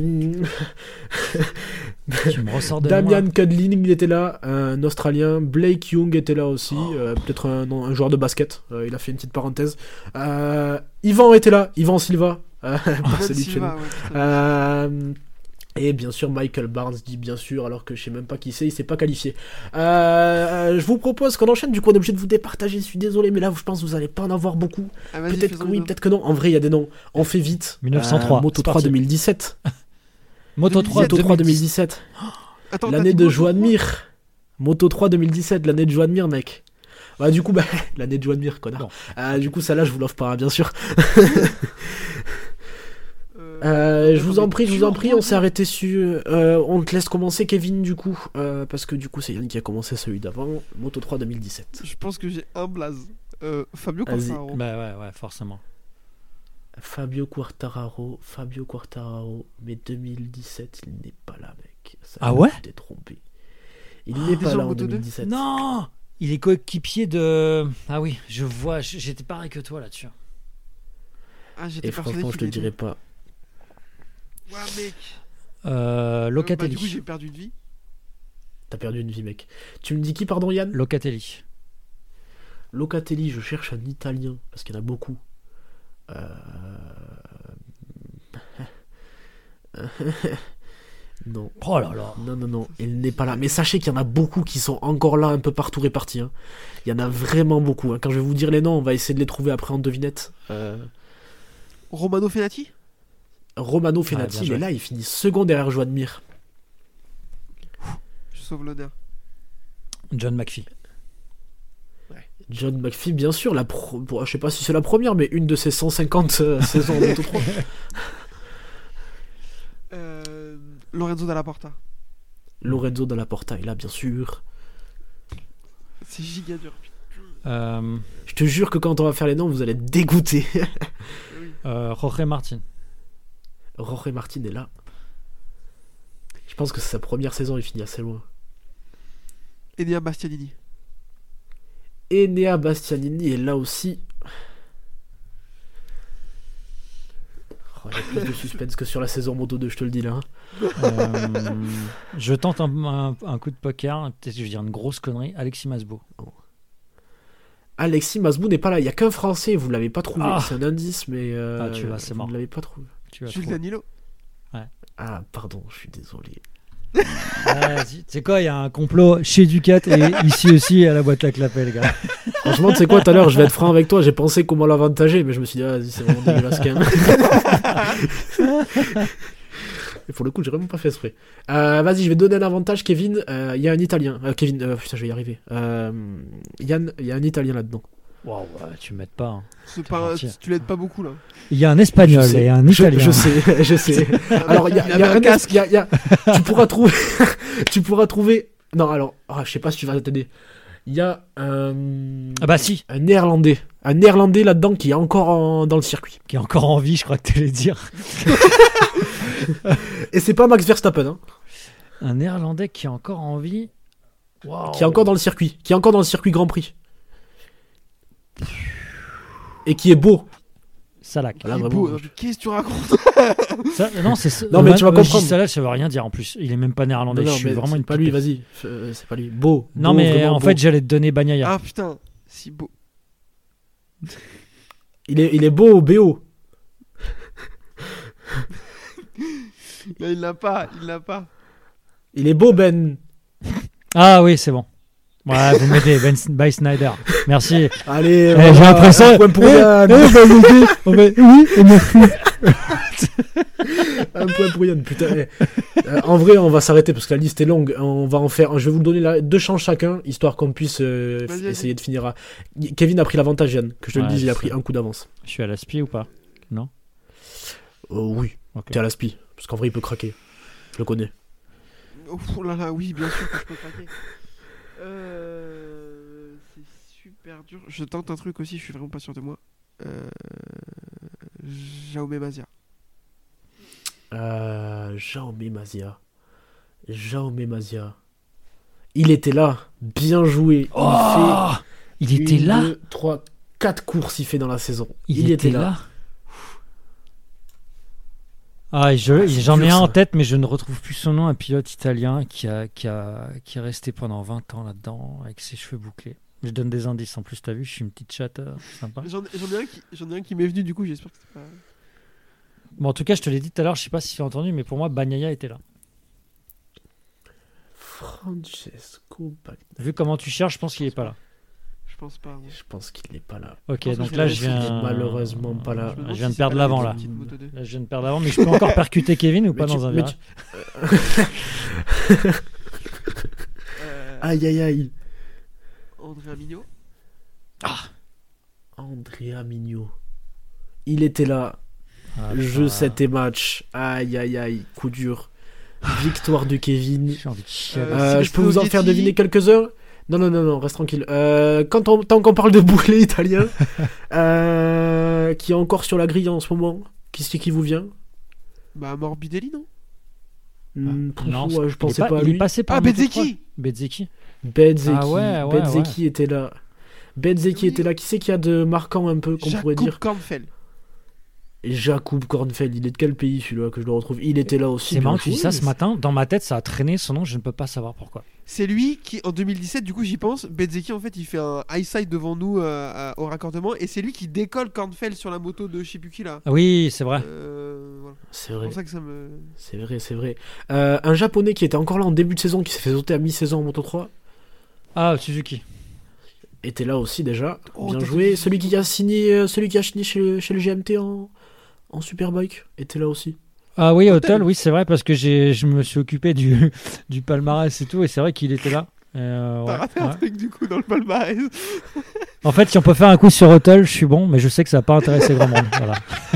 Tu me ressors de Damian loin. Cudling était là, un Australien. Blake Young était là aussi, euh, peut-être un, non, un joueur de basket. Euh, il a fait une petite parenthèse. Euh, Yvan était là, Yvan Silva. Euh, pour Ben celui de chez Silva, nous. ouais, putain. Euh, et bien sûr Michael Barnes dit bien sûr, alors que je sais même pas qui c'est, il s'est pas qualifié. Euh, je vous propose qu'on enchaîne, du coup on est obligé de vous départager, je suis désolé, mais là je pense que vous allez pas en avoir beaucoup. Ah, vas-y, Peut-être fais-en que oui, une. peut-être que non. En vrai, il y a des noms. On fait vite. mille neuf cent trois, Euh, Moto c'est trois parti. deux mille dix-sept. Moto trois, Moto trois deux mille dix-sept. Attends, L'année t'as dit de Moto Joan trois? Mir. Moto trois deux mille dix-sept, l'année de Joan Mir, mec. Bah, du coup, bah, l'année de Joan Mir, connard. Bon. Euh, du coup, celle-là, je vous l'offre pas, hein, bien sûr. Euh, Euh, je vous attends, en prie, je mais vous en tu prie, vois, on s'est arrêté sur. Euh, on te laisse commencer, Kevin, du coup. Euh, parce que du coup, c'est Yann qui a commencé celui d'avant. Moto trois deux mille dix-sept. Je pense que j'ai un blaze. Euh, Fabio Vas-y. Quartararo. Bah ouais, ouais, forcément. Fabio Quartararo, Fabio Quartararo, mais deux mille dix-sept, il n'est pas là, mec. Ça, Ah ouais? Tu t'es trompé. Il n'est déjà pas là en en Moto deux? deux mille dix-sept. Non, il est coéquipier de. Ah oui, je vois. j- J'étais pareil que toi là-dessus. Ah, j'étais Et persuadé franchement, je te qu'il dirai était- pas. Ouais, mec. Euh, Euh, bah, Locatelli. du coup, j'ai perdu une vie. T'as perdu une vie, mec. Tu me dis qui, pardon, Yann? Locatelli. Locatelli, je cherche un italien, parce qu'il y en a beaucoup. Euh... non. Oh là là. Non, non, non, il n'est pas là. Mais sachez qu'il y en a beaucoup qui sont encore là, un peu partout répartis. Hein. Il y en a vraiment beaucoup. Hein. Quand je vais vous dire les noms, on va essayer de les trouver après en devinette. Euh... Romano Fenati. Romano Ah, bien Fenati, joué. mais là, il finit second derrière Joan Mir. Je sauve l'honneur. John McPhee. John McPhee, bien sûr, la pro... bon, je sais pas si c'est la première, mais une de ses cent cinquante euh, saisons en Moto trois. Euh, Lorenzo Dalla Porta. Lorenzo Dalla Porta est là, bien sûr. C'est giga dur. Euh, Je te jure que quand on va faire les noms, vous allez être dégoûtés. euh, Jorge Martin. Jorge Martin est là. Je pense que c'est sa première saison, il finit assez loin. Enea Bastianini. Enea Bastianini est là aussi. Oh, il y a plus de suspense que sur la saison Moto deux, je te le dis là. hein. Euh, je tente un, un- un coup de poker. Peut-être que je vais dire une grosse connerie. Alexis Masbo. Alexis Masbou n'est pas là, il n'y a qu'un français, vous ne l'avez pas trouvé. Ah. C'est un indice, mais euh, Ah, tu vois, c'est vous mort. ne l'avez pas trouvé. Tu vas Jules trouver. Danilo. Ah, pardon, je suis désolé. Vas-y. Tu sais quoi, il y a un complot chez Ducat et ici aussi à la boîte à clapet, les gars. Franchement, tu sais quoi, tout à l'heure, je vais être franc avec toi, j'ai pensé comment l'avantager, mais je me suis dit, ah, vas-y, c'est vraiment dégueulasse quand même. Et pour le coup, j'ai vraiment pas fait exprès. Euh, vas-y, je vais donner un avantage, Kevin. Il euh, y a un Italien. Euh, Kevin, euh, putain, je vais y arriver. Euh, Yann, il y a un Italien là-dedans. Waouh, ouais, tu m'aides pas. Hein. C'est pas, tu, tu l'aides pas beaucoup là. Il y a un Espagnol et un Italien. Je, je sais, je sais. Alors, il y a, il y a un casque. Il y a, il y a, tu pourras trouver. tu pourras trouver. Non, alors, oh, je sais pas si tu vas t'aider. Il y a un. Ah bah si. Un néerlandais. Un néerlandais là-dedans qui est encore en, dans le circuit. Qui est encore en vie, je crois que tu allais dire. Et c'est pas Max Verstappen. Hein. Un néerlandais qui est encore en vie. Wow. Qui est encore dans le circuit. Qui est encore dans le circuit Grand Prix. Et qui est beau. Salak. Voilà, qui est beau. Qu'est-ce que tu racontes? Ça, Non, c'est Non, mais tu vas comprendre. Salak, ça veut rien dire en plus. Il est même pas néerlandais. Non, non, je suis vraiment c'est une pas lui, vas-y. Euh, c'est pas lui. Beau. Non, beau, mais en beau. fait, j'allais te donner Bagnaia. Ah putain, si beau. Il est, il est beau au B O. Mais il l'a pas, il l'a pas. Il est beau, Ben. Ah oui, c'est bon. Ouais, vous m'aidez, Ben by Snyder. Merci. Allez, eh, voilà, j'ai l'impression. Un point pour eh, Yann. Eh, bah, m'aider. Oh, bah, oui, merci. Un point pour Yann, putain. Eh. Euh, en vrai, on va s'arrêter parce que la liste est longue. On va en faire. Je vais vous donner la... deux chances chacun, histoire qu'on puisse euh, vas-y, essayer vas-y. de finir à. Kevin a pris l'avantage, Yann. Que je te Ouais, le dise, il a je pris sais. un coup d'avance. Je suis à l'aspi ou pas? Non. Euh, oui. Ok. T'es à l'aspi. Parce qu'en vrai, il peut craquer. Je le connais. Oh là là, oui, bien sûr que je peux craquer. Euh, c'est super dur. Je tente un truc aussi, je suis vraiment pas sûr de moi. Euh, Jaume Mazia. Euh, Jaume Mazia. Jaume Mazia. Il était là. Bien joué. Il Oh, il fait était une, là. deux, trois, quatre courses il fait dans la saison. Il, Il, était, était là. là. Ah, et je, Ah, c'est j'en ai dur, un ça. en tête, mais je ne retrouve plus son nom. Un pilote italien qui, a, qui, a, qui est resté pendant vingt ans là-dedans avec ses cheveux bouclés. Je donne des indices en plus, t'as vu, je suis une petite chatte euh, sympa. J'en, j'en, ai un qui, j'en ai un qui m'est venu du coup, j'espère que c'est pas. Bon, en tout cas, je te l'ai dit tout à l'heure, je sais pas si tu as entendu, mais pour moi, Bagnaia était là. Francesco Bagnaia. Vu comment tu cherches, je pense qu'il est pas là. Je pense pas. Moi. Je pense qu'il n'est pas là. Ok, pense que donc c'est là, le je mec qui viens. est malheureusement pas là. me Je demande viens si de c'est perdre pas l'avant la là. petite moto deux. Là, je viens de perdre l'avant, mais je peux encore percuter Kevin ou pas Mais dans tu- un mais virage Euh, Aïe aïe aïe. Andrea Mignot. Andrea Mignot. Il était là. Ah, Jeu putain. sept et match. Aïe aïe aïe. Coup dur. Victoire de Kevin. J'ai envie de chier. Euh, Euh, je peux vous en faire Silvestro deviner quelques-uns. Non, non, non, non, reste tranquille. Euh, quand on, tant qu'on parle de bouclé italien, euh, qui est encore sur la grille en ce moment, qui c'est qui vous vient? Bah Morbidelli non. Hmm, pff, Non, ouais, je il est pensais pas, pas à il lui. est passé par Ah Moto trois. Bezzecchi. Bezzecchi. Bezzecchi. Ah ouais, ouais, Bezzecchi était là. Bezzecchi Oui. était là. Qui c'est qui a de marquant un peu, qu'on pourrait Jakub dire? Kornfeld. Jakub Kornfeld. Il est de quel pays celui-là que je le retrouve? Il était là aussi. C'est bien marrant que tu dis joué, ça mais ce matin. Dans ma tête, ça a traîné son nom, je ne peux pas savoir pourquoi. C'est lui qui, en deux mille dix-sept, du coup j'y pense, Bezzecchi en fait il fait un high side devant nous euh, à- au raccordement et c'est lui qui décolle Kornfeld sur la moto de je sais plus qui là. Ah oui, c'est vrai. Euh, voilà. C'est C'est vrai. pour ça que ça me. C'est vrai, c'est vrai. Euh, un japonais qui était encore là en début de saison, qui s'est fait sauter à mi-saison en Moto trois, Ah, Suzuki. était là aussi déjà. Oh, Bien t'as joué. dit- Celui qui a signé, euh, celui qui a signé chez, chez le G M T en, en Superbike était là aussi. Ah oui, Hotel. Hotel, oui, c'est vrai, parce que j'ai, je me suis occupé du, du palmarès et tout, et c'est vrai qu'il était là. Euh, T'as ouais, raté un ouais. truc du coup dans le palmarès. En fait, si on peut faire un coup sur Hotel, je suis bon, mais je sais que ça va pas intéresser grand monde. Voilà.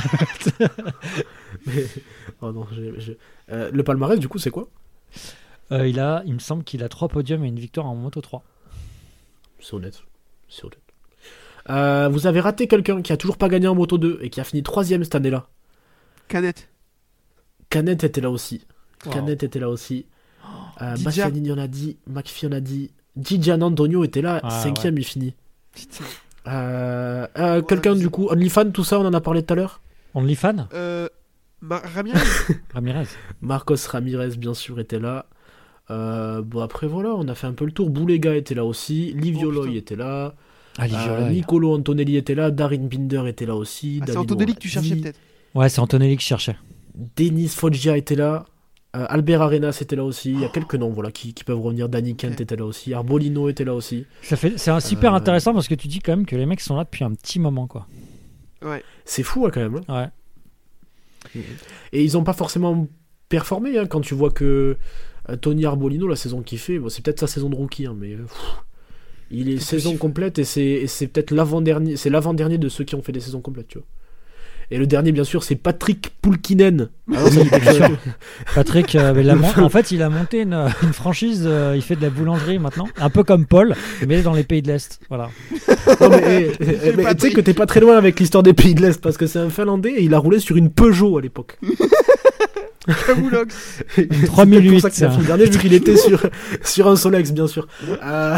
Mais- oh non, j'ai- j'ai- Euh, le palmarès, du coup, c'est quoi? Euh, il a, il me semble qu'il a trois podiums et une victoire en Moto trois. C'est honnête. C'est honnête. Euh, vous avez raté quelqu'un qui a toujours pas gagné en Moto deux et qui a fini troisième cette année-là. Canette. Canet était là aussi. Wow. Canet était là aussi. Euh, Didja. Bastianini en a dit. McPhee en a dit. Gian Antonio était là. Ah, cinquième, il finit. Putain. Euh, euh, Ouais, quelqu'un je du sais. coup, OnlyFans, tout ça, on en a parlé tout à l'heure. OnlyFan Euh, Ma- Ramirez. Ramirez. Marcos Ramirez, bien sûr, était là. Euh, bon, après, voilà, on a fait un peu le tour. Boulega était là aussi. Livioloy Oh, putain. était là. Ah, Euh, Livioloy. Nicolo Antonelli était là. Darin Binder était là aussi. Ah, c'est Danilo Antonelli que tu Ratti. cherchais peut-être. Ouais, c'est Antonelli que je cherchais. Denis Foggia était là. Euh, Albert Arenas était là aussi. Il y a quelques noms voilà, qui, qui peuvent revenir. Danny Kent Ok. était là aussi. Arbolino était là aussi. Ça fait, c'est un super Euh, intéressant parce que tu dis quand même que les mecs sont là depuis un petit moment, quoi. Ouais. C'est fou, hein, quand même. hein. Ouais. Et ils n'ont pas forcément performer hein, quand tu vois que euh, Tony Arbolino, la saison qu'il fait, bon, c'est peut-être sa saison de rookie, hein, mais pff, il est c'est saison possible. complète et c'est, et c'est peut-être l'avant-dernier, c'est l'avant-dernier de ceux qui ont fait des saisons complètes, tu vois. Et le dernier, bien sûr, c'est Patrick Poulkinen. Alors, ça, Bien sûr. Patrick, euh, il a mon- en fait, il a monté une, une franchise. euh, il fait de la boulangerie maintenant, un peu comme Paul, mais dans les pays de l'Est. Voilà. non, mais, eh, eh, mais tu sais Patrick. que t'es pas très loin avec l'histoire des pays de l'Est parce que c'est un Finlandais et il a roulé sur une Peugeot à l'époque. Camoulox. C'est peut-être trois mille huit, pour ça qu'il a ça. fini dernier, vu qu'il était sur, sur un Solex, bien sûr. Euh,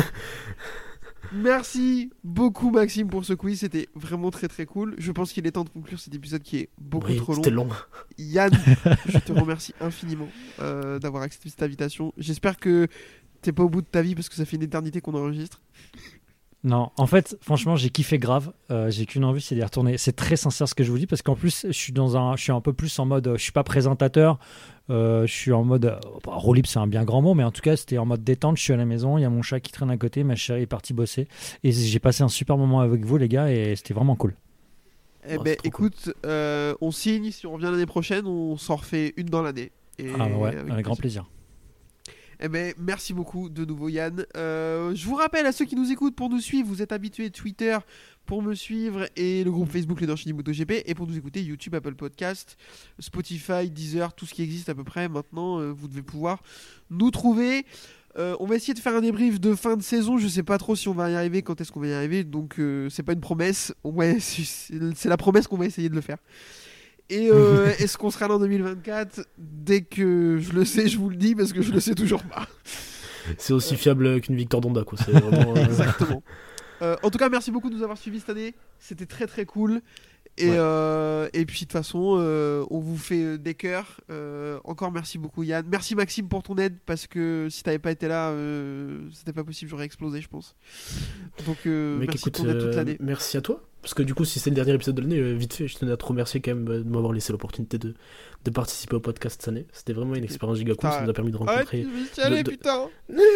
Merci beaucoup Maxime pour ce quiz, c'était vraiment très très cool. Je pense qu'il est temps de conclure cet épisode qui est beaucoup oui, trop long. c'était long. Yann, je te remercie infiniment euh, d'avoir accepté cette invitation. J'espère que t'es pas au bout de ta vie parce que ça fait une éternité qu'on enregistre. Non, en fait, franchement, j'ai kiffé grave. Euh, j'ai qu'une envie, c'est d'y retourner. C'est très sincère ce que je vous dis parce qu'en plus, je suis dans un, je suis un peu plus en mode, je suis pas présentateur. Euh, je suis en mode, euh, bah, roue libre, c'est un bien grand mot, mais en tout cas, c'était en mode détente. Je suis à la maison, il y a mon chat qui traîne à côté, ma chérie est partie bosser et j'ai passé un super moment avec vous, les gars, et c'était vraiment cool. Eh Oh, ben c'est trop écoute, euh, on signe, si on revient l'année prochaine, on s'en refait une dans l'année. Et Ah ouais, avec, grand plaisir. Eh ben, merci beaucoup de nouveau Yann. Euh, je vous rappelle à ceux qui nous écoutent pour nous suivre, vous êtes habitués Twitter pour me suivre et le groupe Facebook Les Danchini MotoGP, et pour nous écouter YouTube, Apple Podcast, Spotify, Deezer, tout ce qui existe à peu près maintenant, euh, vous devez pouvoir nous trouver. Euh, on va essayer de faire un débrief de fin de saison. Je sais pas trop si on va y arriver, quand est-ce qu'on va y arriver, donc euh, c'est pas une promesse. Ouais, c'est c'est la promesse qu'on va essayer de le faire. Et euh, est-ce qu'on sera là en deux mille vingt-quatre? Dès que je le sais, je vous le dis, parce que je le sais toujours pas. C'est aussi fiable qu'une victoire d'Honda, quoi. C'est vraiment, euh, Exactement. Euh, en tout cas, merci beaucoup de nous avoir suivis cette année. C'était très très cool. Et, Ouais. euh, et puis de toute façon, euh, on vous fait euh, des cœurs. Euh, encore merci beaucoup Yann. Merci Maxime pour ton aide, parce que si t'avais pas été là, euh, c'était pas possible, j'aurais explosé, je pense. Donc euh, Mec, merci écoute, de ton aide toute euh, l'année. merci à toi. Parce que du coup, si c'est le dernier épisode de l'année, euh, vite fait, je tenais à te remercier quand même euh, de m'avoir laissé l'opportunité de, de participer au podcast cette année. C'était vraiment une expérience giga cool. Ça nous a permis de rencontrer. Arrête, je vais y aller, de- de- putain.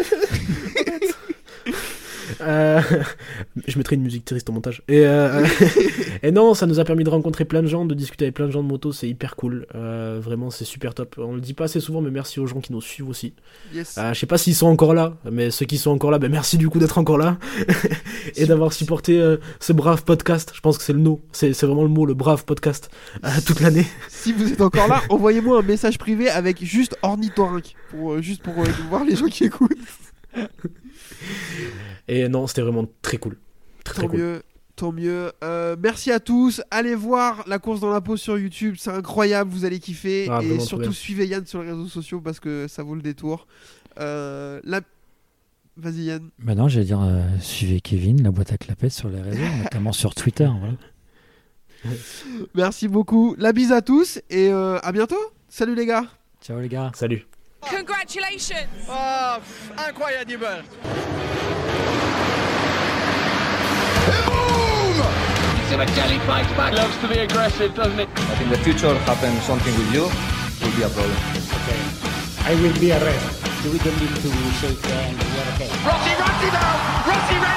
Euh, je mettrai une musique triste au montage. Et, euh, et non, ça nous a permis de rencontrer plein de gens, de discuter avec plein de gens de moto, c'est hyper cool. Euh, vraiment, c'est super top. On le dit pas assez souvent, mais merci aux gens qui nous suivent aussi. Yes. Euh, je sais pas s'ils sont encore là, mais ceux qui sont encore là, ben merci du coup d'être encore là et d'avoir supporté euh, ce brave podcast. Je pense que c'est le nom, c'est, c'est vraiment le mot, le brave podcast, euh, toute l'année. Si vous êtes encore là, envoyez-moi un message privé avec juste ornithorynque, pour, euh, juste pour euh, voir les gens qui écoutent. Et non, c'était vraiment très cool. Très, très Tant cool. mieux, tant mieux. Euh, merci à tous. Allez voir la course dans la pause sur YouTube, c'est incroyable, vous allez kiffer. Ah, et vraiment trop surtout bien. suivez Yann sur les réseaux sociaux parce que ça vaut le détour. Euh, la... Vas-y Yann. Maintenant, j'allais dire, euh, suivez Kevin, la boîte à clapettes sur les réseaux, notamment sur Twitter. Voilà. Merci beaucoup. La bise à tous et euh, à bientôt. Salut les gars. Ciao les gars. Salut. Congratulations! Ah, pff, incroyable! Kelly fights back. Loves to be aggressive, doesn't it? But in the future, happen something with you, will be a problem. Okay. I will be arrested. We don't need to shake hands. We are okay. Rossi runs him out! Rossi runs